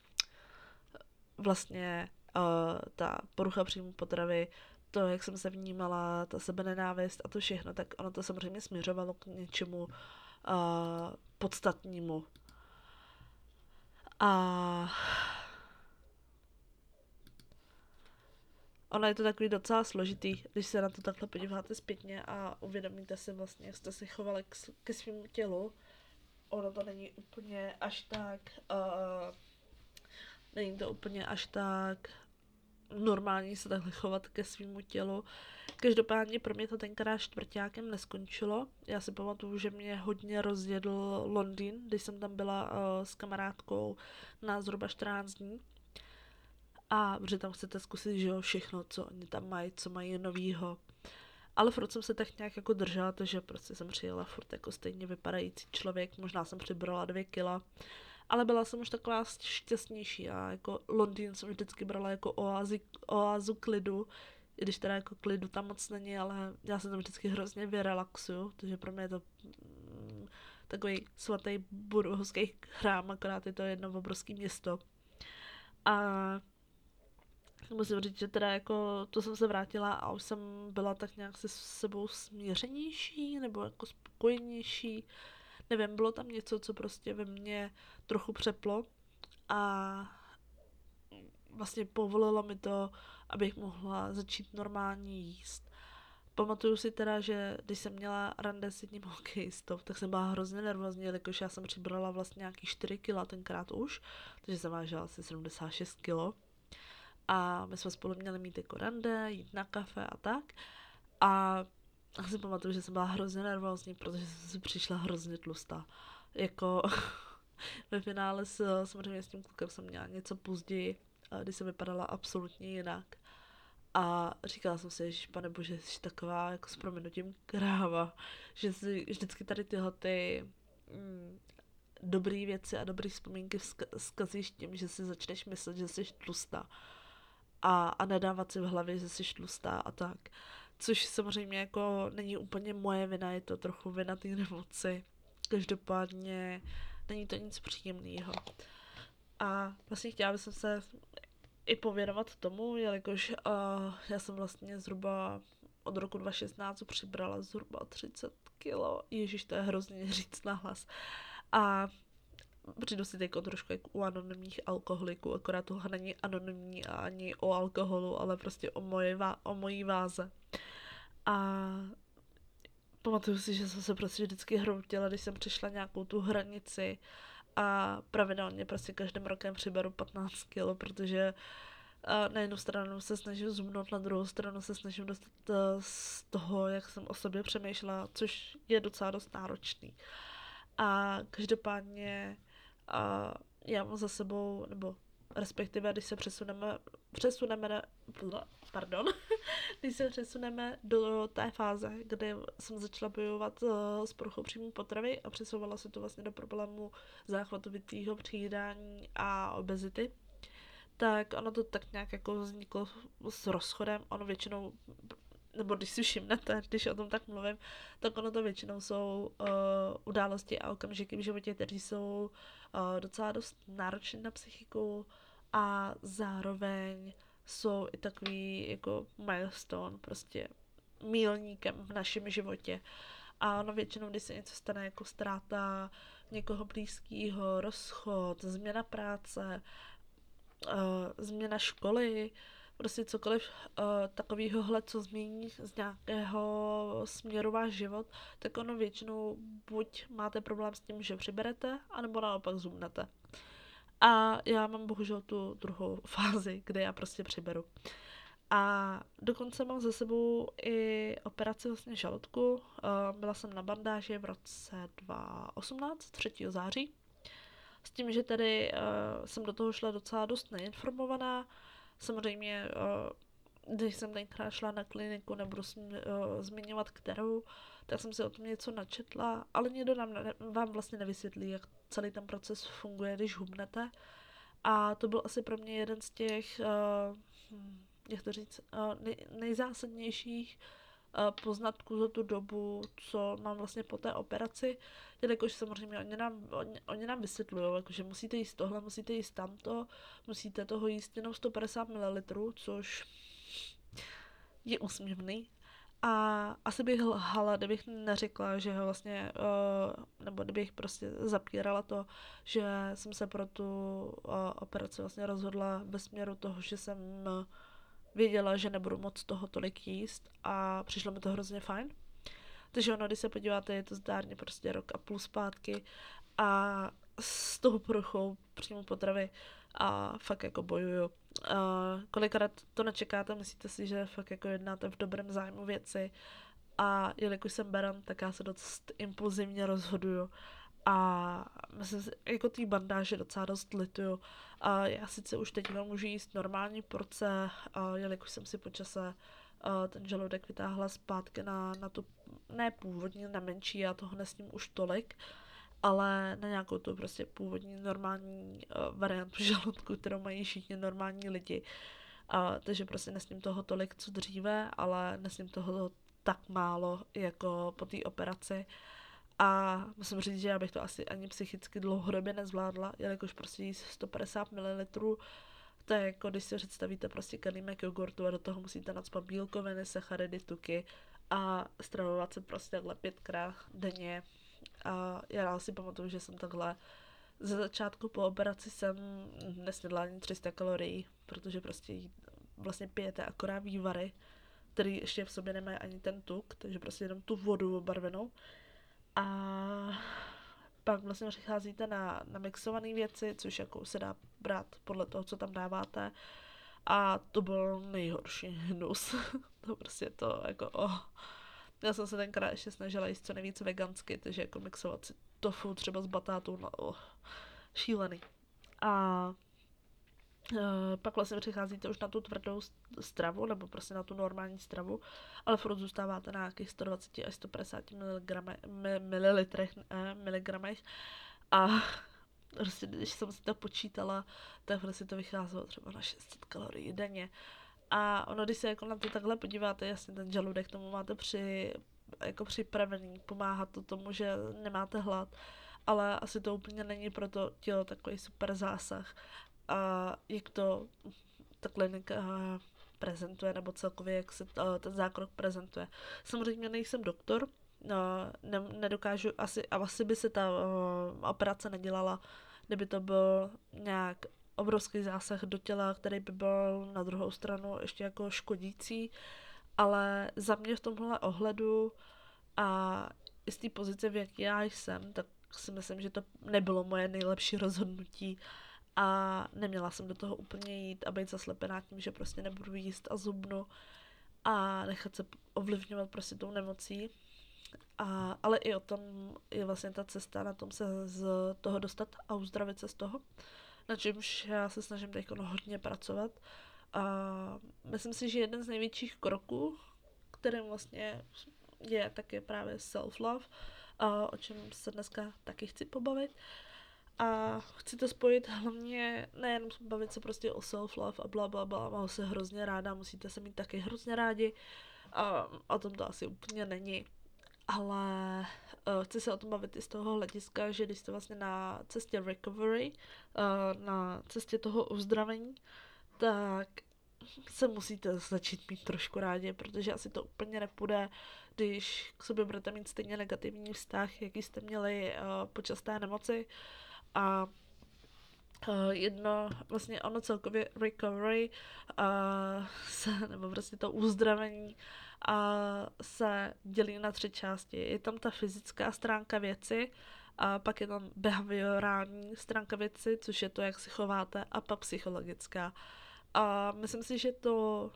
vlastně uh, ta porucha příjmu potravy, to, jak jsem se vnímala, ta sebenenávist a to všechno, tak ono to samozřejmě směřovalo k něčemu uh, podstatnímu. A ono je to takový docela složitý, když se na to takhle podíváte zpětně a uvědomíte si vlastně, jak jste se chovali k, ke svým tělu. Ono to není úplně až tak, uh, není to úplně až tak normální se takhle chovat ke svýmu tělu. Každopádně pro mě to tenkrát čtvrťákem neskončilo. Já si pamatuju, že mě hodně rozjedl Londýn, když jsem tam byla uh, s kamarádkou na zhruba čtrnáct dní. A protože tam chcete zkusit, že jo, všechno, co oni tam mají, co mají novýho. Ale furt jsem se tak nějak jako držela, takže prostě jsem přijela furt jako stejně vypadající člověk, možná jsem přibrala dvě kila, ale byla jsem už taková šťastnější a jako Londýn jsem vždycky brala jako oázi, oázu klidu, i když teda jako klidu tam moc není, ale já se tam vždycky hrozně vyrelaxuju, takže pro mě je to mm, takový svatý budovský chrám, akorát je to jedno obrovské město. A musím říct, že teda jako to jsem se vrátila a už jsem byla tak nějak se sebou smířenější nebo jako spokojenější. Nevím, bylo tam něco, co prostě ve mně trochu přeplo a vlastně povolilo mi to, abych mohla začít normálně jíst. Pamatuju si teda, že když jsem měla rande s jedním hokejistou, tak jsem byla hrozně nervózní, jelikož já jsem přibrala vlastně nějaký čtyři kila tenkrát už, takže jsem vážila asi sedmdesát šest kilo. A my jsme spolu měli mít jako rande, jít na kafe a tak. A já si pamatuju, že jsem byla hrozně nervózní, protože jsem si přišla hrozně tlustá. Jako ve finále s, samozřejmě s tím klukem jsem měla něco později, kdy jsem vypadala absolutně jinak. A říkala jsem si, že pane bože, jsi taková jako s prominutím kráva, že si vždycky tady tyhle ty mm, dobrý věci a dobrý vzpomínky vzka- zkazíš tím, že si začneš myslet, že jsi tlustá. A, a nedávat si v hlavě, že jsi tlustá a tak. Což samozřejmě jako není úplně moje vina, je to trochu vina té nemoci. Každopádně není to nic příjemného. A vlastně chtěla bych se i pověnovat tomu, jelikož uh, já jsem vlastně zhruba od roku dva tisíce šestnáct přibrala zhruba třicet kilo. Ježíš, to je hrozně říct nahlas. A přijdu si teď trošku jako u anonymních alkoholiků, akorát tohle není anonymní ani o alkoholu, ale prostě o, moje vá- o mojí váze. A pamatuju si, že jsem se prostě vždycky hroutila, když jsem přišla nějakou tu hranici a pravidelně prostě každým rokem přiberu patnáct kilo, protože na jednu stranu se snažím zhubnout, na druhou stranu se snažím dostat z toho, jak jsem o sobě přemýšlela, což je docela dost náročný. A každopádně a já mám za sebou, nebo respektive, když se přesuneme, přesuneme, pardon, když se přesuneme do té fáze, kdy jsem začala bojovat s poruchou příjmu potravy a přesouvala se to vlastně do problému záchvatovitého přijídání a obezity, tak ono to tak nějak jako vzniklo s rozchodem, ono většinou, nebo když si všimnete, když o tom tak mluvím, tak ono to většinou jsou uh, události a okamžiky v životě, které jsou uh, docela dost náročné na psychiku a zároveň jsou i takový jako milestone, prostě mílníkem v našem životě. A ono většinou, když se něco stane jako ztráta někoho blízkého, rozchod, změna práce, uh, změna školy, prostě cokoliv uh, takovýhohle, co změní z nějakého směru váš život, tak ono většinou buď máte problém s tím, že přiberete, anebo naopak zhubnete. A já mám bohužel tu druhou fázi, kde já prostě přiberu. A dokonce mám za sebou i operaci vlastně žaludku. Uh, byla jsem na bandáži v roce dva tisíce osmnáct, třetího září. S tím, že tady uh, jsem do toho šla docela dost neinformovaná. Samozřejmě uh, když jsem tenkrát šla na kliniku, nebudu sm- uh, zmiňovat kterou, tak jsem si o tom něco načetla, ale nikdo nám ne- vám vlastně nevysvětlí, jak celý ten proces funguje, když hubnete. A to byl asi pro mě jeden z těch, uh, hm, jak to říct, uh, nej- nejzásadnějších uh, poznatků za tu dobu, co mám vlastně po té operaci, jelikož samozřejmě oni nám, oni, oni nám vysvětlují, jakože musíte jíst tohle, musíte jíst tamto, musíte toho jíst jenom sto padesát mililitrů, což je úsměvný. A asi bych lhala, kdybych neřekla, že ho vlastně, uh, nebo kdybych prostě zapírala to, že jsem se pro tu uh, operaci vlastně rozhodla ve směru toho, že jsem uh, věděla, že nebudu moc toho tolik jíst a přišlo mi to hrozně fajn. Takže ono, když se podíváte, je to zdárně prostě rok a půl zpátky a s tou poruchou příjmu potravy a fakt jako bojuju. A kolikrát to nečekáte, myslíte si, že fakt jako jednáte v dobrém zájmu věci a jelikož jsem beran, tak já se dost impulzivně rozhoduju a myslím si, jako té bandáže docela dost lituju. A já sice už teď můžu jíst normální porce, a jelikož jsem si po čase a ten žaludek vytáhla zpátky na, na tu, ne původní, na menší, já toho nesním už tolik, ale na nějakou tu prostě původní normální uh, variantu žaludku, kterou mají všichni normální lidi. Uh, takže prostě nesním toho tolik, co dříve, ale nesním toho tak málo, jako po té operaci. A musím říct, že já bych to asi ani psychicky dlouhodobě nezvládla, jelikož prostě jíst sto padesát mililitrů, to je jako když si představíte prostě kelímek jogurtu a do toho musíte nacpat bílkoviny, sacharidy, tuky a stravovat se prostě takhle pětkrát denně. A já si pamatuju, že jsem takhle ze začátku po operaci jsem nesnědla ani tři sta kalorií, protože prostě jí, vlastně pijete akorát vývary, který ještě v sobě nemají ani ten tuk, takže prostě jenom tu vodu obarvenou. A pak vlastně přicházíte na, na mixované věci, což jako se dá brát podle toho, co tam dáváte. A to byl nejhorší hnus. To prostě to jako oh. Já jsem se tenkrát ještě snažila jíst co nejvíce vegansky, takže jako mixovat si tofu třeba s batátou, no oh, šílený. A Uh, pak vlastně přicházíte už na tu tvrdou stravu, nebo prostě na tu normální stravu, ale furt zůstáváte na nějakých sto dvacet až sto padesát mililitrech, eh, miligramech a prostě když jsem si to počítala, tak prostě to vycházelo třeba na šest set kalorií denně. A ono, když se jako na to takhle podíváte, jasně ten žaludek tomu máte při, jako připravený, pomáhá to tomu, že nemáte hlad, ale asi to úplně není pro to tělo takový super zásah. A jak to ta klinika prezentuje, nebo celkově jak se ten zákrok prezentuje. Samozřejmě nejsem doktor, ne, nedokážu, asi, asi by se ta operace nedělala, kdyby to byl nějak obrovský zásah do těla, který by byl na druhou stranu ještě jako škodící, ale za mě v tomhle ohledu a i z té pozice, v jak já jsem, tak si myslím, že to nebylo moje nejlepší rozhodnutí a neměla jsem do toho úplně jít a být zaslepená tím, že prostě nebudu jíst a zubnu a nechat se ovlivňovat prostě tou nemocí. A, ale i o tom je vlastně ta cesta, na tom se z toho dostat a uzdravit se z toho, na čemž já se snažím teď hodně pracovat. A myslím si, že jeden z největších kroků, kterým vlastně je taky právě self-love, a o čem se dneska taky chci pobavit. A chci to spojit hlavně nejenom bavit se prostě o self-love a bla bla bla, mám se hrozně ráda, musíte se mít taky hrozně rádi a o tom to asi úplně není. Ale uh, chci se o tom bavit i z toho hlediska, že když jste vlastně na cestě recovery, uh, na cestě toho uzdravení, tak se musíte začít mít trošku rádi, protože asi to úplně nepůjde, když k sobě budete mít stejně negativní vztah, jaký jste měli uh, počas té nemoci. A uh, jedno, vlastně ono celkově recovery uh, se, nebo prostě to uzdravení uh, se dělí na tři části. Je tam ta fyzická stránka věci, a pak je tam behaviorální stránka věci, což je to, jak se chováte, a pak psychologická. A myslím si, že to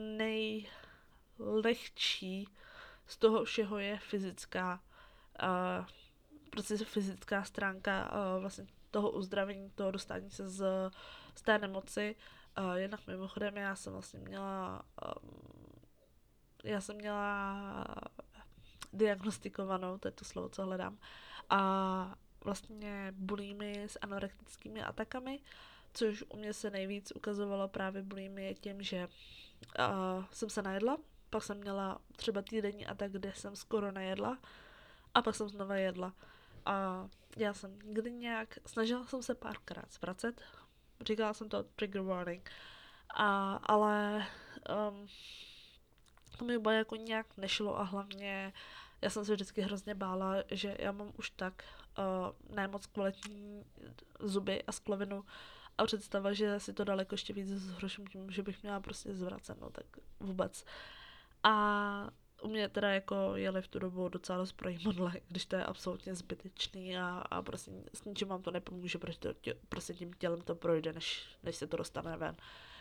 nejlehčí z toho všeho je fyzická, uh, prostě fyzická stránka uh, vlastně toho uzdravení, toho dostání se z, z té nemoci Uh, jednak mimochodem já jsem vlastně měla um, já jsem měla diagnostikovanou, to je to slovo, co hledám, a vlastně bulimii s anorektickými atakami, což u mě se nejvíc ukazovalo právě bulimie tím, že uh, jsem se najedla, pak jsem měla třeba týdenní atak, kde jsem skoro nejedla a pak jsem znova jedla. A já jsem nikdy nějak, snažila jsem se párkrát zvracet, říkala jsem to trigger warning, a, ale um, to mi úplně jako nějak nešlo a hlavně já jsem se vždycky hrozně bála, že já mám už tak uh, nemoc kvalitní zuby a sklovinu a představa, že si to daleko ještě víc zhorším tím, že bych měla prostě zvracet, no tak vůbec. A u mě teda jako jeli v tu dobu docela dost modle, když to je absolutně zbytečný a, a prostě s ničím vám to nepomůže, protože to tě, prostě tím tělem to projde, než, než se to dostane ven.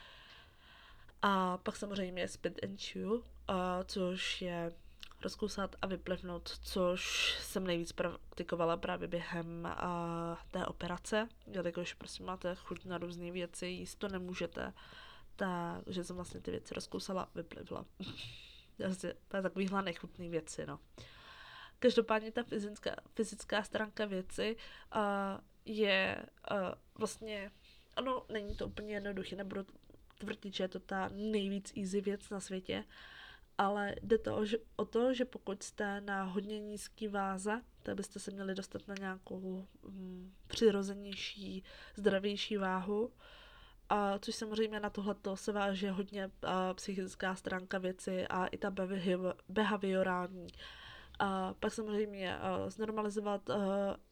A pak samozřejmě spit and chew, uh, což je rozkousat a vyplivnout, což jsem nejvíc praktikovala právě během uh, té operace, jelikož prostě máte chuť na různé věci, jíst to nemůžete, takže jsem vlastně ty věci rozkousala, vyplivla. To je takovýhle nechutný věci, no. Každopádně ta fyzická, fyzická stránka věci uh, je uh, vlastně, ano, není to úplně jednoduché, nebudu tvrdit, že je to ta nejvíc easy věc na světě, ale jde to o, že, o to, že pokud jste na hodně nízký váze, tak byste se měli dostat na nějakou mm, přirozenější, zdravější váhu, a což samozřejmě na tohleto se váže hodně a, psychická stránka věci a i ta behaviorální. A pak samozřejmě a, znormalizovat a,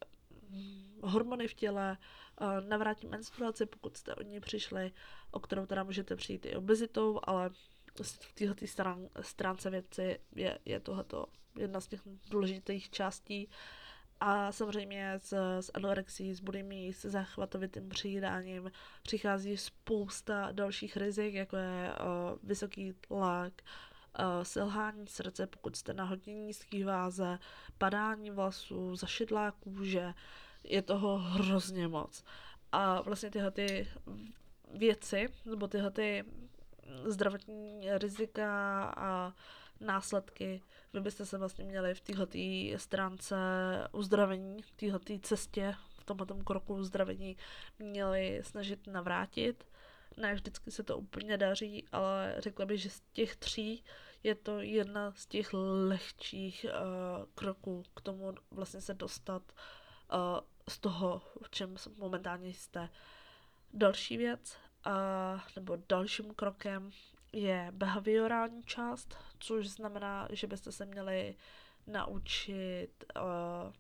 hormony v těle, a, navrátit menstruaci, pokud jste od ní přišli, o kterou teda můžete přijít i obezitou, ale v této strán, stránce věci je, je tohleto jedna z těch důležitých částí. A samozřejmě s, s anorexií, s bulimií, s záchvatovitým přijídáním přichází spousta dalších rizik, jako je uh, vysoký tlak, uh, selhání srdce, pokud jste na hodně nízký váze, padání vlasů, zašedlá kůže, je toho hrozně moc. A vlastně tyhle ty věci, nebo tyhle ty zdravotní rizika a následky, vy byste se vlastně měli v této stránce uzdravení, v této cestě, v tomto kroku uzdravení měli snažit navrátit. Ne vždycky se to úplně daří, ale řekla bych, že z těch tří je to jedna z těch lehčích uh, kroků k tomu vlastně se dostat uh, z toho, v čem momentálně jste. Další věc, uh, nebo dalším krokem je behaviorální část, což znamená, že byste se měli naučit uh,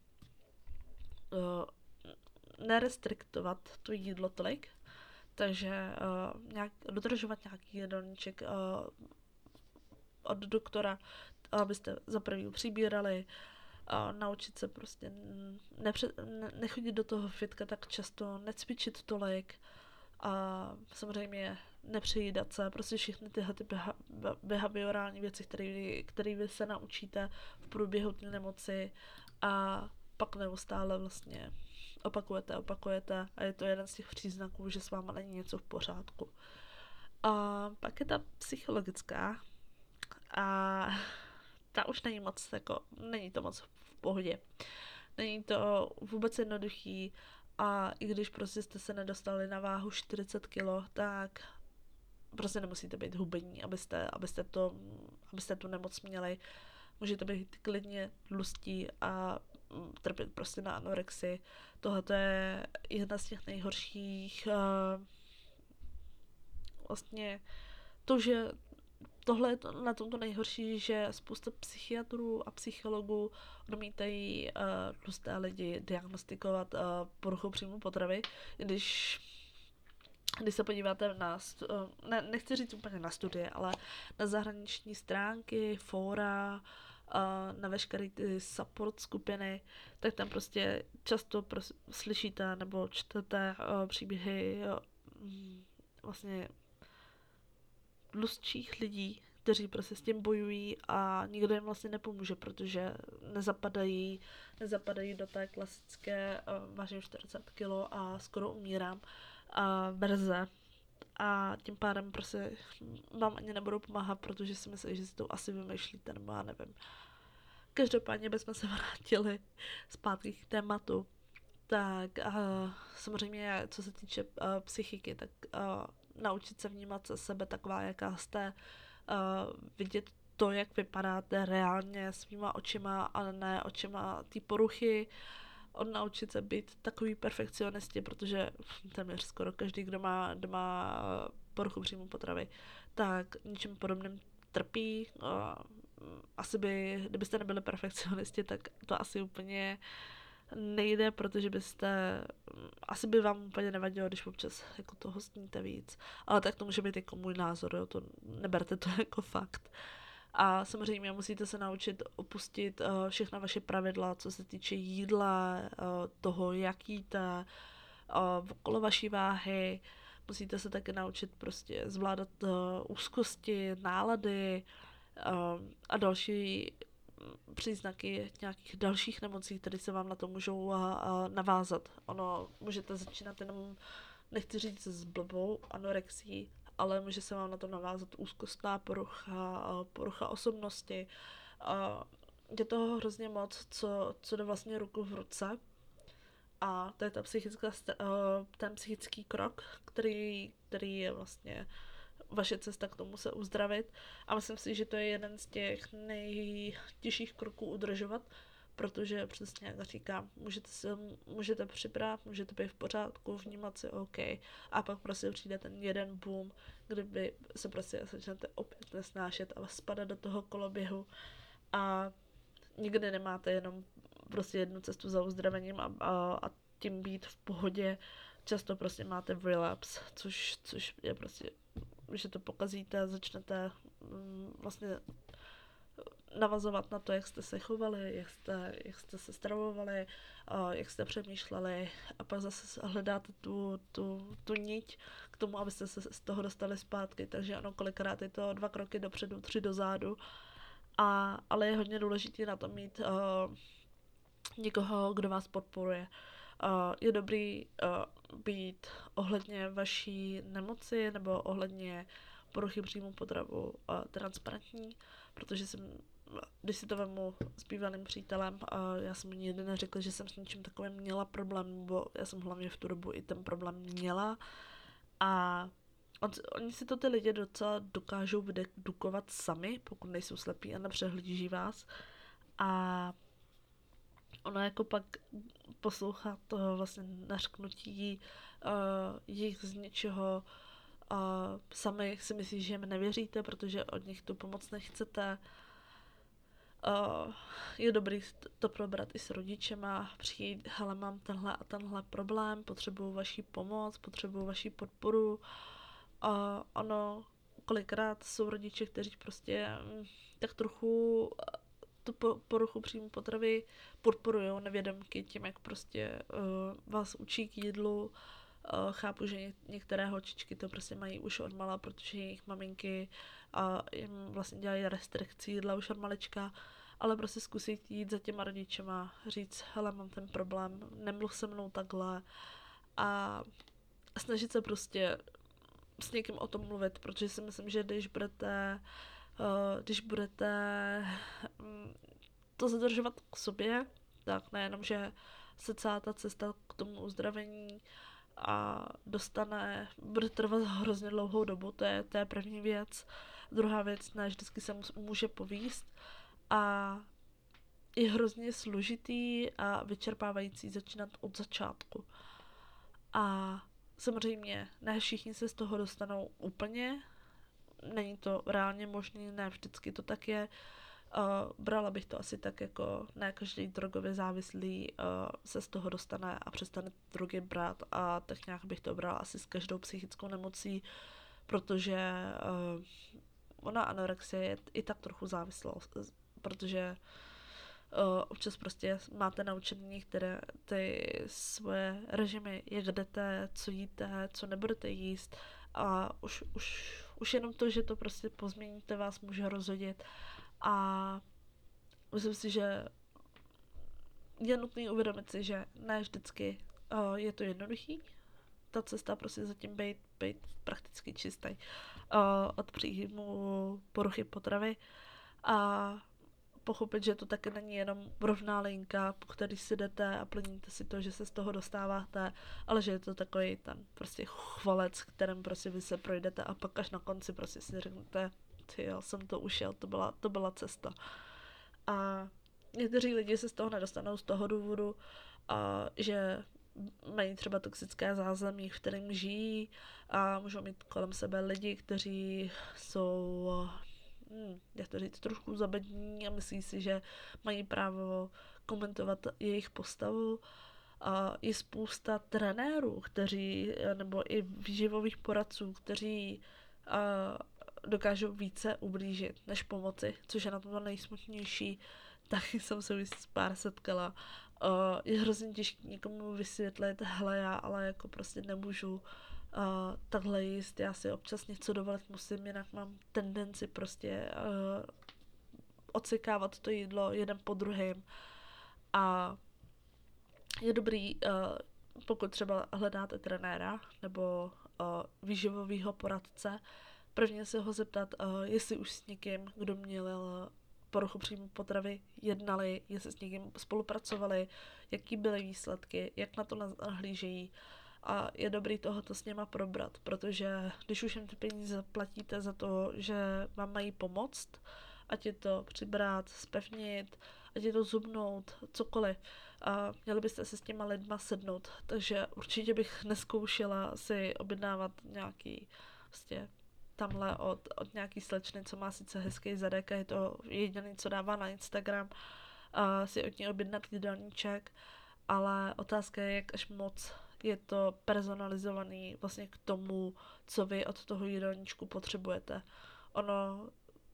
uh, nerestriktovat to jídlo tolik, takže uh, nějak, dodržovat nějaký jídelníček uh, od doktora, abyste za první přibírali, uh, naučit se prostě nepřed, ne, nechodit do toho fitka tak často, necvičit tolik, a samozřejmě nepřejídat se, prostě všechny tyhle ty beha, behaviorální věci, které vy se naučíte v průběhu té nemoci a pak neustále vlastně opakujete, opakujete a je to jeden z těch příznaků, že s váma není něco v pořádku. A pak je ta psychologická a ta už není moc jako, není to moc v pohodě. Není to vůbec jednoduchý, a i když prostě jste se nedostali na váhu čtyřicet kilo, tak prostě nemusíte být hubení, abyste, abyste, to, abyste tu nemoc měli. Můžete být klidně tlustí a trpět prostě na anorexii. Tohle je jedna z těch nejhorších uh, vlastně to, že tohle je to, na tomto nejhorší, že spousta psychiatrů a psychologů odmítají uh, tlusté lidi diagnostikovat uh, poruchu příjmu potravy, když když se podíváte na, uh, ne, nechci říct úplně na studie, ale na zahraniční stránky, fóra, uh, na veškeré ty support skupiny, tak tam prostě často pros- slyšíte nebo čtete uh, příběhy uh, vlastně tlustších lidí, kteří prostě s tím bojují a nikdo jim vlastně nepomůže, protože nezapadají, nezapadají do té klasické uh, vážím čtyřicet kilo a skoro umírám a verze. a tím pádem prostě vám ani nebudou pomáhat, protože si myslím, že si to asi vymýšlíte, nebo já nevím. Každopádně bychom se vrátili zpátky k tématu. Tak uh, samozřejmě, co se týče uh, psychiky, tak uh, naučit se vnímat se sebe taková, jaká jste, uh, vidět to, jak vypadáte reálně svýma očima, ale ne očima té poruchy, od naučit se být takový perfekcionisti, protože téměř skoro každý, kdo má doma poruchu příjmu potravy, tak ničím podobným trpí. Uh, asi by, kdybyste nebyli perfekcionisti, tak to asi úplně nejde, protože byste, asi by vám úplně nevadilo, když občas jako toho sníte víc, ale tak to může být jako můj názor, jo, to neberte to jako fakt. A samozřejmě musíte se naučit opustit uh, všechna vaše pravidla, co se týče jídla, uh, toho, jak jíte, uh, okolo vaší váhy. Musíte se taky naučit prostě zvládat uh, úzkosti, nálady uh, a další příznaky nějakých dalších nemocí, které se vám na to můžou uh, uh, navázat. Ono, můžete začínat jenom, nechci říct s blbou anorexí, ale může se vám na to navázat úzkostná porucha, uh, porucha osobnosti. Uh, je toho hrozně moc, co, co jde vlastně ruku v ruce. A to je ta psychická, uh, ten psychický krok, který, který je vlastně vaše cesta k tomu se uzdravit. A myslím si, že to je jeden z těch nejtěžších kroků udržovat, protože přesně jak říkám, můžete, se, můžete přibrat, můžete být v pořádku, vnímat si OK, a pak prostě přijde ten jeden boom, kdyby se prostě začnete opět nesnášet a spadat do toho koloběhu a nikdy nemáte jenom prostě jednu cestu za uzdravením a, a, a tím být v pohodě. Často prostě máte v relapse, což, což je prostě, že to pokazíte a začnete mm, vlastně navazovat na to, jak jste se chovali, jak jste, jak jste se stravovali, jak jste přemýšleli a pak zase hledáte tu, tu, tu niť k tomu, abyste se z toho dostali zpátky. Takže ano, kolikrát je to dva kroky dopředu, tři dozadu, a, ale je hodně důležité na to mít uh, někoho, kdo vás podporuje. Uh, je dobrý uh, být ohledně vaší nemoci nebo ohledně poruchy příjmu potravu uh, transparentní, protože jsem, když si to vemu s bývalým přítelem, uh, já jsem mu nikdy neřekla, že jsem s něčím takovým měla problém, nebo já jsem hlavně v tu dobu i ten problém měla. A on, oni si to ty lidi docela dokážou vydedukovat sami, pokud nejsou slepí a nepřehlíží vás. A ono jako pak poslouchat toho vlastně nařknutí uh, jich z něčeho, uh, sami si myslí, že jim nevěříte, protože od nich tu pomoc nechcete. Uh, je dobrý to probrat i s rodičema, přijít, hele, mám tenhle a tenhle problém, potřebuju vaši pomoc, potřebuju vaši podporu. Uh, ono, kolikrát jsou rodiče, kteří prostě um, tak trochu tu poruchu příjmu potravy podporujou nevědomky tím, jak prostě uh, vás učí k jídlu. Uh, chápu, že něk- některé holčičky to prostě mají už od mala, protože jejich maminky uh, jim vlastně dělají restrikci jídla už od malička, ale prostě zkusit jít za těma rodičema, říct, hele, mám ten problém, nemluv se mnou takhle, a snažit se prostě s někým o tom mluvit, protože si myslím, že když budete Uh, když budete um, to zadržovat k sobě, tak nejenom, že se celá ta cesta k tomu uzdravení a dostane, bude trvat hrozně dlouhou dobu, to je, to je první věc. Druhá věc, ne vždycky se může povíst a je hrozně složitý a vyčerpávající začínat od začátku. A samozřejmě ne všichni se z toho dostanou úplně, není to reálně možné, ne vždycky to tak je. Uh, brala bych to asi tak, jako ne každý drogově závislý uh, se z toho dostane a přestane drogy brát, a tak nějak bych to brala asi s každou psychickou nemocí, protože uh, ona anorexie je i tak trochu závislost, protože uh, občas prostě máte naučený některé ty svoje režimy, jak jdete, co jíte, co nebudete jíst, a už, už, už jenom to, že to prostě pozměníte, vás může rozhodit. A myslím si, že je nutné uvědomit si, že ne vždycky uh, je to jednoduchý, ta cesta prostě zatím být, být prakticky čistý uh, od příjmu poruchy potravy a pochopit, že to taky není jenom rovná linka, po který si jdete a plníte si to, že se z toho dostáváte, ale že je to takový ten prostě chvalec, kterým prostě vy se projdete a pak až na konci prostě si řeknete, ty jo, jsem to ušel, to byla, to byla cesta. A někteří lidi se z toho nedostanou z toho důvodu, a že mají třeba toxické zázemí, v kterém žijí a můžou mít kolem sebe lidi, kteří jsou, hm, jak to říct, trošku zabední a myslí si, že mají právo komentovat jejich postavu. A je spousta trenérů, kteří, nebo i výživových poradců, kteří a, dokážou více ublížit, než pomoci, což je na tom nejsmutnější. Taky jsem se už pár setkala. Uh, je hrozně těžké někomu vysvětlit, hele já ale jako prostě nemůžu uh, takhle jíst, já si občas něco dovolit musím, jinak mám tendenci prostě uh, odsekávat to jídlo jeden po druhém. A je dobrý, uh, pokud třeba hledáte trenéra nebo uh, výživovýho poradce, prvně se ho zeptat, uh, jestli už s někým, kdo měl poruchu příjmu potravy, jednali, jestli s někým spolupracovali, jaký byly výsledky, jak na to nahlížejí. A je dobrý tohoto s něma probrat, protože když už jim ty peníze platíte za to, že vám mají pomoct, ať je to přibrat, zpevnit, ať je to zubnout, cokoliv, a měli byste se s těma lidma sednout. Takže určitě bych neskoušela si objednávat nějaký vlastně tamhle od, od nějaký slečny, co má sice hezký zadek a je to jediný, co dává na Instagram, a si od ní objednat jídelníček, ale otázka je, jak až moc je to personalizovaný vlastně k tomu, co vy od toho jídelníčku potřebujete. Ono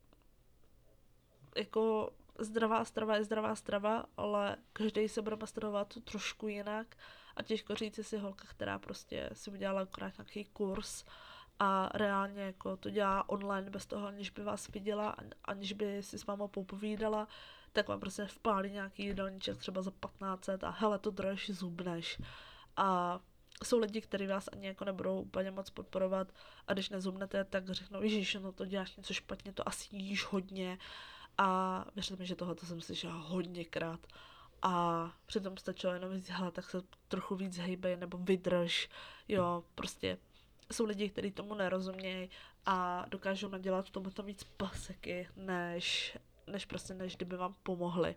jako zdravá strava je zdravá strava, ale každý se bude masterovat trošku jinak a těžko říct, jestli holka, která prostě si udělala akorát nějaký kurz a reálně jako to dělá online bez toho, aniž by vás viděla, aniž by si s váma popovídala, tak vám prostě vpálí nějaký jídelníček třeba za patnáct set a hele, to drž, zubneš. A jsou lidi, kteří vás ani jako nebudou úplně moc podporovat a když nezubnete, tak řeknou, ježiš, no to děláš něco špatně, to asi jíš hodně. A věřte mi, že tohoto jsem slyšela hodněkrát. A přitom stačilo jenom říct, hele, tak se trochu víc hejbej nebo vydrž. Jo, prostě jsou lidi, kteří tomu nerozumějí a dokážou nadělat v tomto víc paseky, než, než prostě, než kdyby vám pomohli.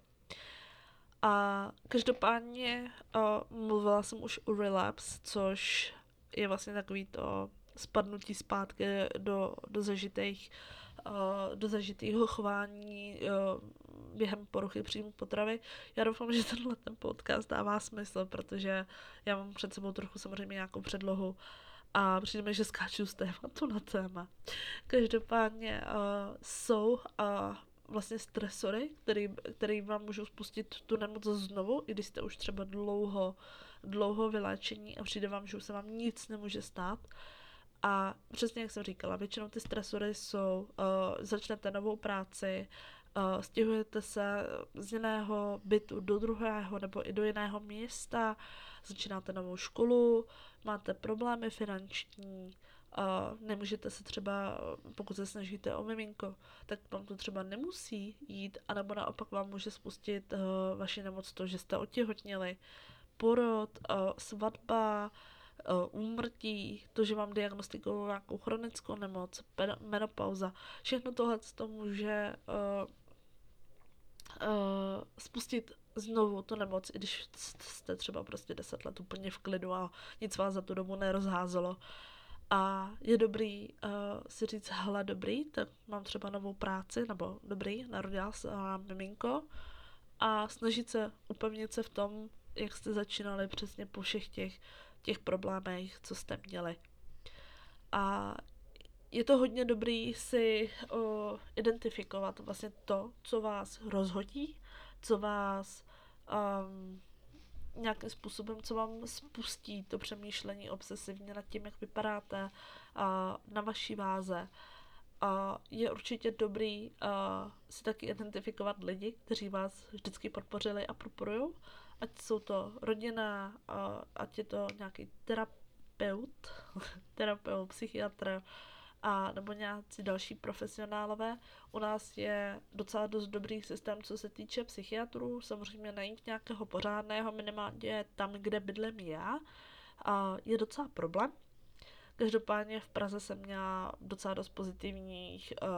A každopádně uh, mluvila jsem už o relapse, což je vlastně takový to spadnutí zpátky do, do zažitých uh, do zažitého chování uh, během poruchy příjmu potravy. Já doufám, že tenhle ten podcast dává smysl, protože já mám před sebou trochu samozřejmě nějakou předlohu a přijde mi, že skáču z tématu na téma. Každopádně uh, jsou uh, vlastně stresory, který, který vám můžou spustit tu nemoc znovu, i když jste už třeba dlouho, dlouho vyléčení a přijde vám, že už se vám nic nemůže stát. A přesně jak jsem říkala, většinou ty stresory jsou, uh, začnete novou práci, uh, stěhujete se z jiného bytu do druhého nebo i do jiného města, začínáte novou školu, máte problémy finanční, uh, nemůžete se třeba, pokud se snažíte o miminko, tak vám to třeba nemusí jít, anebo naopak vám může spustit uh, vaši nemoc to, že jste otěhotněli, porod, uh, svatba, uh, úmrtí, to, že vám diagnostikují nějakou chronickou nemoc, menopauza, všechno tohle to může uh, uh, spustit znovu tu nemoc, i když jste třeba prostě deset let úplně v klidu a nic vás za tu dobu nerozházelo. A je dobrý uh, si říct, hele, dobrý, tak mám třeba novou práci, nebo dobrý, narodila se uh, miminko a snažit se upevnit se v tom, jak jste začínali přesně po všech těch, těch problémech, co jste měli. A je to hodně dobrý si uh, identifikovat vlastně to, co vás rozhodí, co vás um, nějakým způsobem, co vám spustí to přemýšlení obsesivně nad tím, jak vypadáte uh, na vaší váze. Uh, je určitě dobrý uh, si taky identifikovat lidi, kteří vás vždycky podpořili a podporují, ať jsou to rodina, uh, ať je to nějaký terapeut, terapeut, terapeut, psychiatr a nebo nějací další profesionálové. U nás je docela dost dobrý systém, co se týče psychiatrů. Samozřejmě najít nějakého pořádného, minimálně tam, kde bydlím já, a je docela problém. Každopádně v Praze jsem měla docela dost pozitivních uh,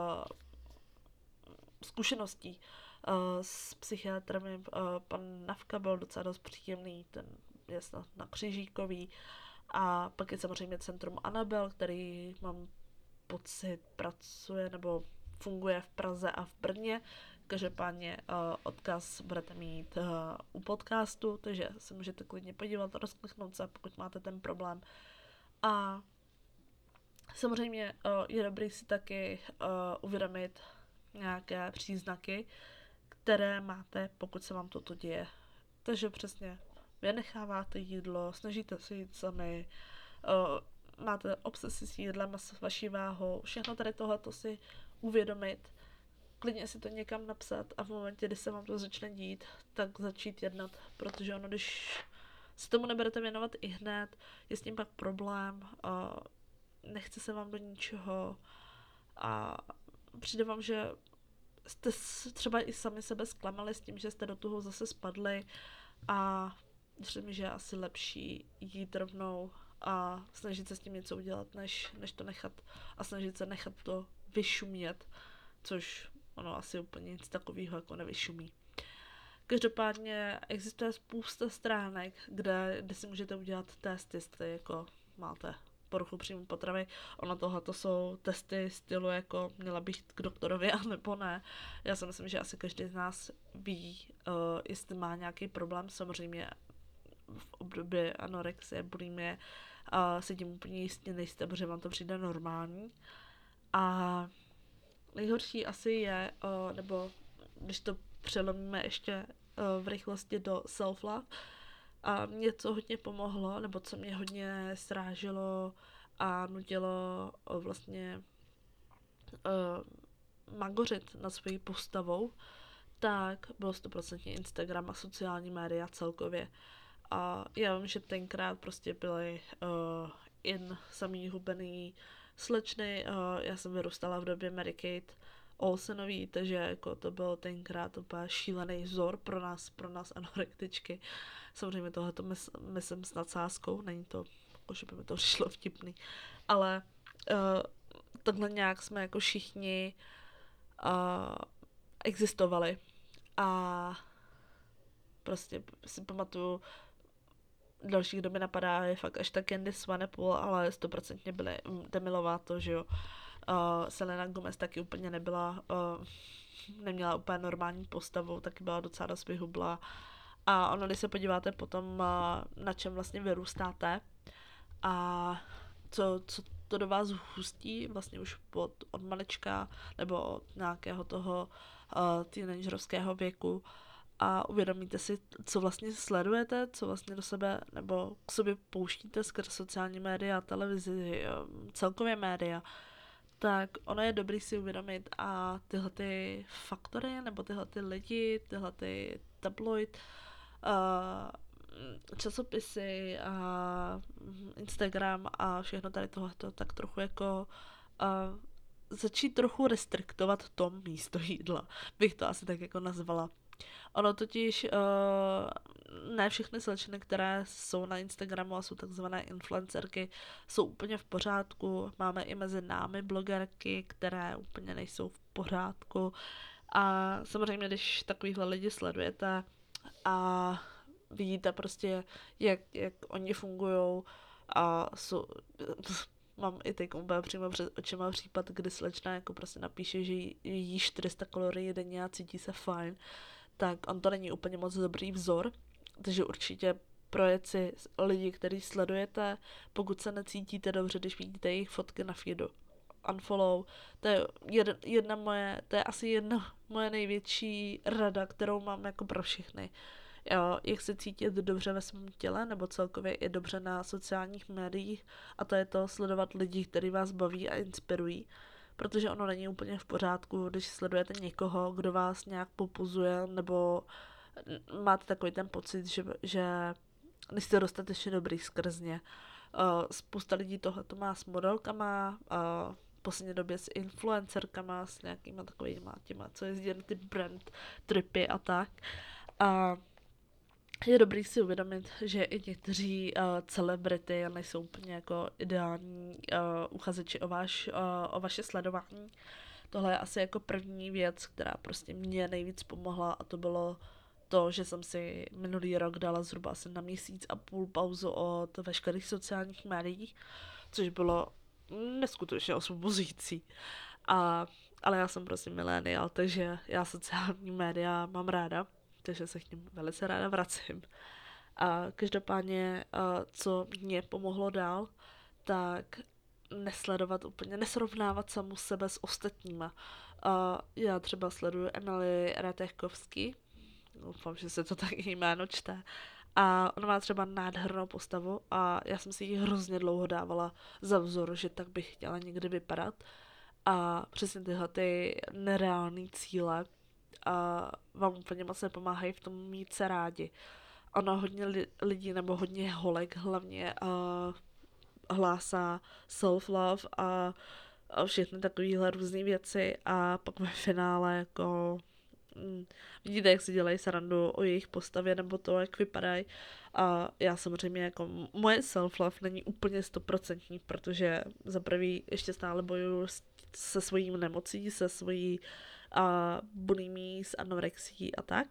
zkušeností uh, s psychiatrem. Uh, pan Navka byl docela dost příjemný, ten je snad na Křižíkový. A pak je samozřejmě Centrum Anabel, který mám pocit pracuje nebo funguje v Praze a v Brně. Každopádně uh, odkaz budete mít uh, u podcastu, takže se můžete klidně podívat, rozkliknout se, pokud máte ten problém. A samozřejmě uh, je dobrý si taky uh, uvědomit nějaké příznaky, které máte, pokud se vám toto děje. Takže přesně vynecháváte jídlo, snažíte se jít sami, uh, máte obsesi s jídlem a s vaší váhou, všechno tady tohleto si uvědomit, klidně si to někam napsat a v momentě, kdy se vám to začne dít, tak začít jednat, protože ono, když se tomu neberete věnovat i hned, je s tím pak problém, uh, nechce se vám do ničeho a přijde vám, že jste třeba i sami sebe zklamali s tím, že jste do toho zase spadli a myslím mi, že je asi lepší jít rovnou a snažit se s tím něco udělat, než, než to nechat a snažit se nechat to vyšumět, což ono asi úplně nic takového jako nevyšumí. Každopádně existuje spousta stránek, kde, kde si můžete udělat testy, jestli jako máte poruchu příjmu potravy. Ono tohle to jsou testy stylu jako měla bych k doktorovi a nebo ne. Já si myslím, že asi každý z nás ví, uh, jestli má nějaký problém. Samozřejmě v období anorexie, bulimie uh, si tím úplně jistě nejste, protože vám to přijde normální. A nejhorší asi je, uh, nebo když to přelomíme ještě uh, v rychlosti do self-love, a mě to hodně pomohlo, nebo co mě hodně sráželo a nutilo uh, vlastně uh, magořit nad svojí postavou, tak bylo stoprocentně Instagram a sociální média celkově. A já vím, že tenkrát prostě byly uh, jen samý hubený slečny, uh, já jsem vyrůstala v době Mary-Kate Olsenový, takže jako to byl tenkrát úplně šílený vzor pro nás, pro nás anorektičky. Samozřejmě tohleto mys, myslím s nadsázkou, není to, jako, že by mi to přišlo vtipný, ale uh, takhle nějak jsme jako všichni uh, existovali a prostě si pamatuju, další, kdo mi napadá, je fakt až tak Candy Swanepoel, ale stoprocentně byly Demi Lovato, že jo. Uh, Selena Gomez taky úplně nebyla, uh, neměla úplně normální postavu, taky byla docela dost vyhublá. A ono, když se podíváte potom, uh, na čem vlastně vyrůstáte a co, co to do vás hustí, vlastně už od, od malička nebo od nějakého toho uh, teenagerovského věku, a uvědomíte si, co vlastně sledujete, co vlastně do sebe nebo k sobě pouštíte skrz sociální média, televizi, celkově média, tak ono je dobrý si uvědomit a tyhle ty faktory nebo tyhle ty lidi, tyhle ty tabloid, uh, časopisy a Instagram a všechno tady tohleto tak trochu jako uh, začít trochu restriktovat to místo jídla, bych to asi tak jako nazvala. Ono totiž uh, ne všechny slečny, které jsou na Instagramu a jsou takzvané influencerky, jsou úplně v pořádku. Máme i mezi námi blogerky, které úplně nejsou v pořádku. A samozřejmě, když takovýhle lidi sledujete a vidíte prostě, jak, jak oni fungujou a jsou... Mám i teď úplně přímo před očima případ, kdy slečna jako prostě napíše, že jí, jí čtyři sta kalorií denně a cítí se fajn, tak on to není úplně moc dobrý vzor, takže určitě projet si lidi, který sledujete, pokud se necítíte dobře, když vidíte jejich fotky na feedu. Unfollow, to je jedna, jedna moje, to je asi jedna moje největší rada, kterou mám jako pro všechny. Jo, jak se cítit dobře ve svém těle, nebo celkově i dobře na sociálních médiích, a to je to sledovat lidi, kteří vás baví a inspirují, protože ono není úplně v pořádku, když sledujete někoho, kdo vás nějak popuzuje, nebo máte takový ten pocit, že, že nejste dostatečně dobrý skrz ně. spousta lidí tohle to má s modelkama, uh, v poslední době s influencerkama, s nějakýma takovýma těma, co jezdí na ty brand tripy a tak. A je dobrý si uvědomit, že i někteří uh, celebrity nejsou úplně jako ideální uh, uchazeči o, váš, uh, o vaše sledování. Tohle je asi jako první věc, která prostě mě nejvíc pomohla, a to bylo to, že jsem si minulý rok dala zhruba asi na měsíc a půl pauzu od veškerých sociálních médií, což bylo neskutečně osvobozující. A, ale já jsem prostě millennial, takže já sociální média mám ráda, takže se k ním velice ráda vracím. A každopádně, co mě pomohlo dál, tak nesledovat úplně, nesrovnávat samu sebe s ostatníma. Já třeba sleduju Emily Ratajkowski, doufám, že se to tak jméno čte, a ona má třeba nádhernou postavu a já jsem si ji hrozně dlouho dávala za vzor, že tak bych chtěla někdy vypadat. A přesně tyhle ty nereální cíle a vám úplně moc nepomáhají v tom mít se rádi. Ono hodně li- lidí nebo hodně holek hlavně uh, hlásá self-love a, a všechny takovéhle různé věci a pak ve finále jako mm, vidíte, jak si dělají srandu o jejich postavě nebo to, jak vypadají. A já samozřejmě jako moje self-love není úplně stoprocentní, protože za prvý ještě stále bojuju s, se svojí nemocí, se svojí a bulimí, s anorexí a tak.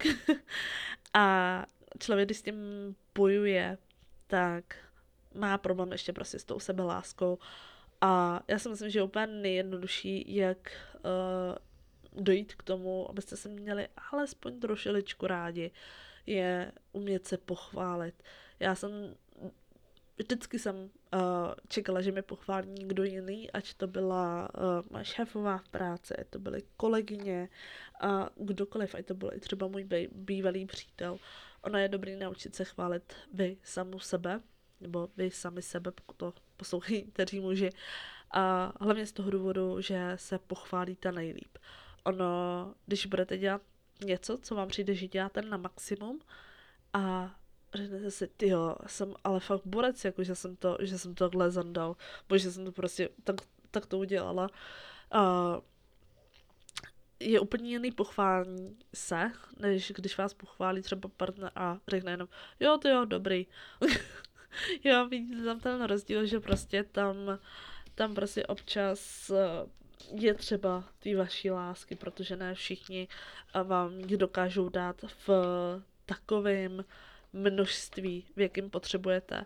A člověk, když s tím bojuje, tak má problém ještě prostě s tou sebeláskou. A já si myslím, že je úplně nejjednodušší, jak uh, dojít k tomu, abyste se měli alespoň trošičku rádi, je umět se pochválit. Já jsem vždycky jsem uh, čekala, že mě pochválí někdo jiný, ať to byla uh, moje šéfová v práci, ať to byly kolegyně a uh, kdokoliv, ať to byl i třeba můj bej, bývalý přítel. Ono je dobrý naučit se chválit vy samu sebe, nebo vy sami sebe, pokud to poslouchají někteří muži. A hlavně z toho důvodu, že se pochválíte nejlíp. Ono, když budete dělat něco, co vám přijde, že děláte na maximum a řeknete si, tyjo, jsem ale fakt borec, jako že jsem to, že jsem to takhle zandal, bože, jsem to prostě tak, tak to udělala. Uh, je úplně jiný pochválení se, než když vás pochválí třeba partner a řekne jenom, jo, to jo, dobrý. Jo, vidíte tam ten rozdíl, že prostě tam, tam prostě občas je třeba ty vaší lásky, protože ne všichni vám ji dokážou dát v takovém množství, v jakém potřebujete.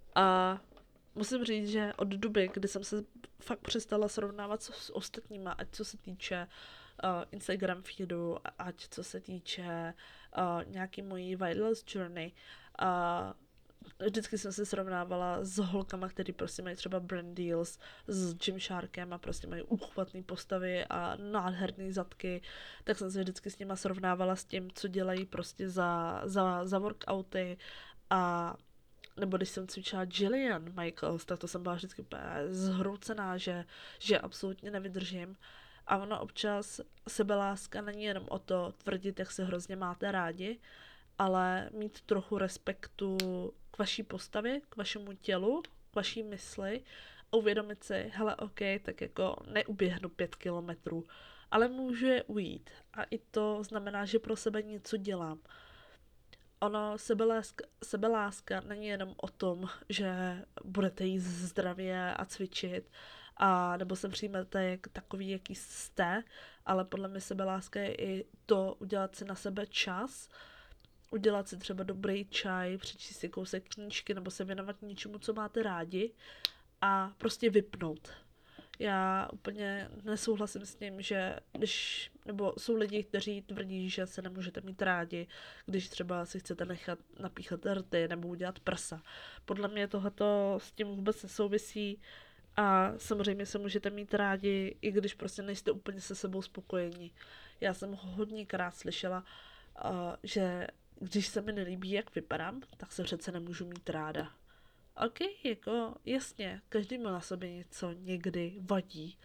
A musím říct, že od doby, kdy jsem se fakt přestala srovnávat s ostatníma, ať co se týče uh, Instagram feedu, ať co se týče uh, nějaký mojí Wildless Journey, uh, vždycky jsem se srovnávala s holkama, který prostě mají třeba brand deals s Gymsharkem a prostě mají uchvatné postavy a nádherné zadky, tak jsem se vždycky s nima srovnávala s tím, co dělají prostě za, za, za workouty. A nebo když jsem cvičila Jillian Michaels, tak to jsem byla vždycky úplně zhroucená, že, že absolutně nevydržím. A ono občas sebeláska není jenom o to tvrdit, jak se hrozně máte rádi, ale mít trochu respektu k vaší postavě, k vašemu tělu, k vaší mysli a uvědomit si, hele, ok, tak jako neuběhnu pět kilometrů, ale můžu je ujít. A i to znamená, že pro sebe něco dělám. Ono, sebeláska, sebeláska není jenom o tom, že budete jíst zdravě a cvičit, a nebo se přijmete jak takový, jaký jste, ale podle mě sebeláska je i to udělat si na sebe čas, udělat si třeba dobrý čaj, přečíst si kousek knížky nebo se věnovat něčemu, co máte rádi a prostě vypnout. Já úplně nesouhlasím s tím, že když, nebo jsou lidi, kteří tvrdí, že se nemůžete mít rádi, když třeba si chcete nechat napíchat rty nebo udělat prsa. Podle mě tohleto s tím vůbec nesouvisí a samozřejmě se můžete mít rádi, i když prostě nejste úplně se sebou spokojení. Já jsem hodněkrát slyšela, uh, že když se mi nelíbí, jak vypadám, tak se přece nemůžu mít ráda. Ok, jako jasně, každý má na sobě něco někdy vadí,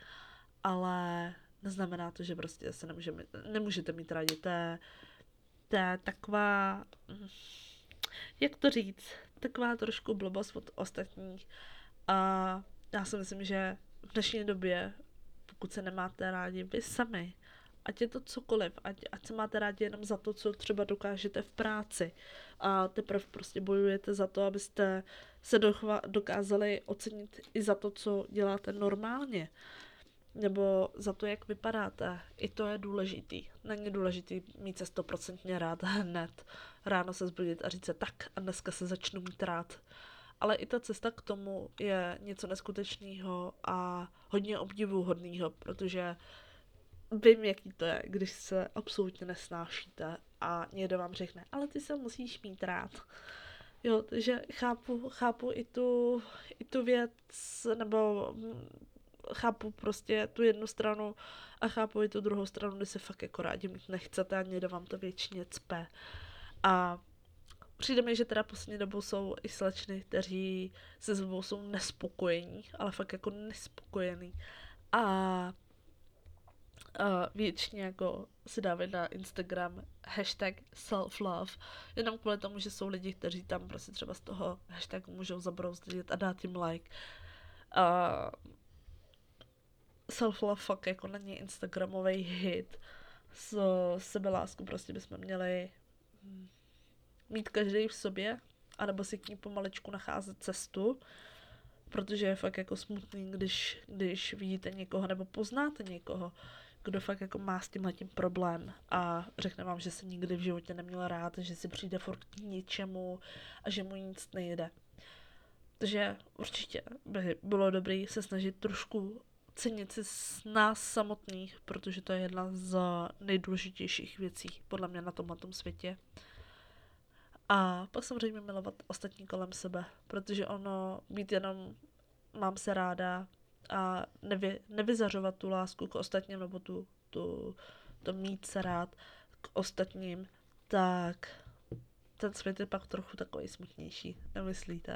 ale neznamená to, že prostě se nemůžeme, nemůžete mít rádi. To je, to je taková, jak to říct, taková trošku blbost od ostatních a já si myslím, že v dnešní době, pokud se nemáte rádi vy sami, ať je to cokoliv, ať, ať se máte rádi jenom za to, co třeba dokážete v práci a teprve prostě bojujete za to, abyste se dochva, dokázali ocenit i za to, co děláte normálně, nebo za to, jak vypadáte. I to je důležitý. Není důležitý mít se stoprocentně rád hned. Ráno se zbudit a říct se tak a dneska se začnu mít rád. Ale i ta cesta k tomu je něco neskutečného a hodně obdivuhodného, protože vím, jaký to je, když se absolutně nesnášíte a někdo vám řekne, ale ty se musíš mít rád. Jo, takže chápu, chápu i tu, i tu věc, nebo chápu prostě tu jednu stranu a chápu i tu druhou stranu, kdy se fakt jako rádi mít nechcete a někdo vám to většině cpe. A přijde mi, že teda poslední dobou jsou i slečny, kteří se sebou jsou nespokojení, ale fakt jako nespokojení. A Uh, většině jako si dávají na Instagram hashtag self-love, jenom kvůli tomu, že jsou lidi, kteří tam prostě třeba z toho hashtagu můžou zabrouzdit a dát jim like. Uh, self-love fakt jako není instagramový hit. So, sebelásku prostě bychom měli mít každý v sobě, anebo si k ní pomaličku nacházet cestu, protože je fakt jako smutný, když, když vidíte někoho nebo poznáte někoho, kdo fakt jako má s tímhletím problém a řekne vám, že se nikdy v životě neměl rád, že si přijde furt k ničemu a že mu nic nejde. Takže určitě by bylo dobré se snažit trošku cenit si z nás samotných, protože to je jedna z nejdůležitějších věcí podle mě na tomhletom světě. A pak samozřejmě milovat ostatní kolem sebe, protože ono být jenom mám se ráda a nevy, nevyzařovat tu lásku k ostatním, nebo tu, tu, to mít se rád k ostatním, tak ten svět je pak trochu takový smutnější, nemyslíte?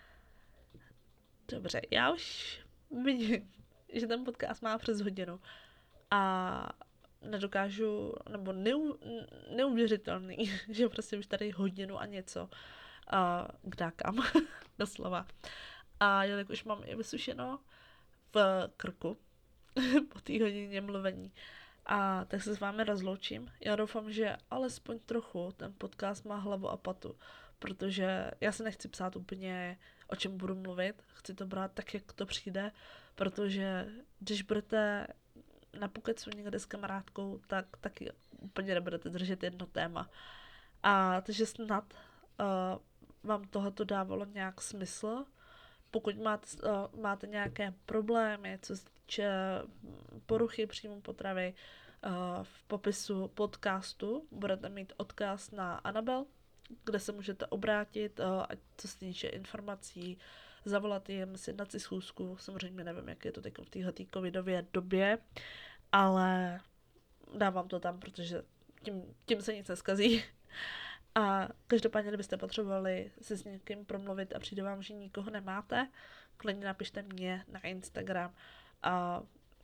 Dobře, já už vidím, že ten podcast má přes hodinu a nedokážu, nebo neu, neuvěřitelný, že prostě už tady hodinu a něco a kdákám, doslova. A jelikož mám i vysušeno v krku po té hodině mluvení, a tak se s vámi rozloučím. Já doufám, že alespoň trochu ten podcast má hlavu a patu, protože já se nechci psát úplně, o čem budu mluvit, chci to brát tak, jak to přijde, protože když budete na Pukecu někde s kamarádkou, tak taky úplně nebudete držet jedno téma. A takže snad uh, vám tohoto dávalo nějak smysl. Pokud máte, uh, máte nějaké problémy, co se týče poruchy příjmu potravy, uh, v popisu podcastu budete mít odkaz na Anabel, kde se můžete obrátit, uh, ať co se týče informací, zavolat jim, sjednat si schůzku. Samozřejmě nevím, jak je to teď v této covidové době, ale dávám to tam, protože tím, tím se nic neskazí. A každopádně, kdybyste potřebovali si s někým promluvit a přijde vám, že nikoho nemáte, klidně napište mě na Instagram a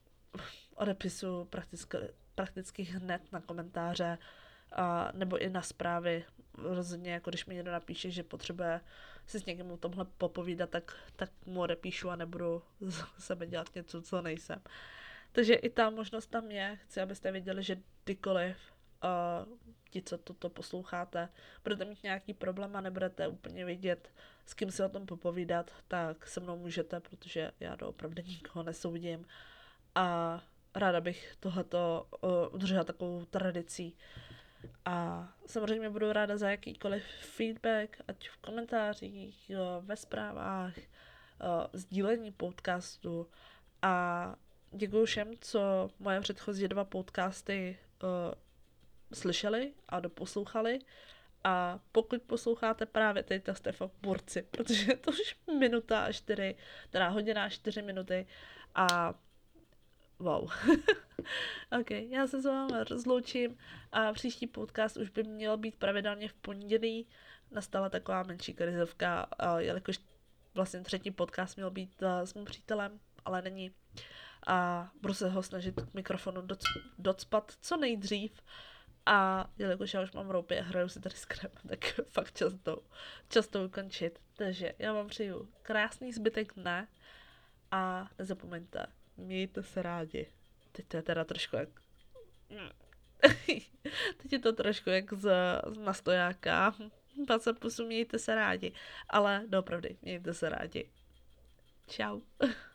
odepisu prakticky, prakticky hned na komentáře a, nebo i na zprávy. Rozhodně, jako když mi někdo napíše, že potřebuje si s někým o tomhle popovídat, tak, tak mu odepíšu a nebudu z sebe dělat něco, co nejsem. Takže i ta možnost tam je. Chci, abyste věděli, že kdykoliv uh, ti, co toto posloucháte, budete mít nějaký problém a nebudete úplně vědět, s kým si o tom popovídat, tak se mnou můžete, protože já doopravdy nikoho nesoudím. A ráda bych tohleto uh, udržela takovou tradicí. A samozřejmě budu ráda za jakýkoliv feedback, ať v komentářích, jo, ve zprávách, uh, sdílení podcastu. A děkuji všem, co moje předchozí dva podcasty uh, slyšeli a doposlouchali. A pokud posloucháte právě teď, tak jste fakt borci, protože je to už minuta a čtyři, teda hodina a čtyři minuty a wow. Ok, já se s vámi rozloučím a příští podcast už by měl být pravidelně v pondělí. Nastala taková menší krizovka, jelikož vlastně třetí podcast měl být s mým přítelem, ale není. A budu se ho snažit k mikrofonu doc- docpat co nejdřív A jelikož já už mám roupy a hraju si tady s kremem, tak fakt často, často ukončit. Takže já vám přeju krásný zbytek dne a nezapomeňte, mějte se rádi. Teď to je teda trošku jak... Teď je to trošku jak z, z nastojáka. Pace pusu, mějte se rádi. Ale doopravdy, mějte se rádi. Čau.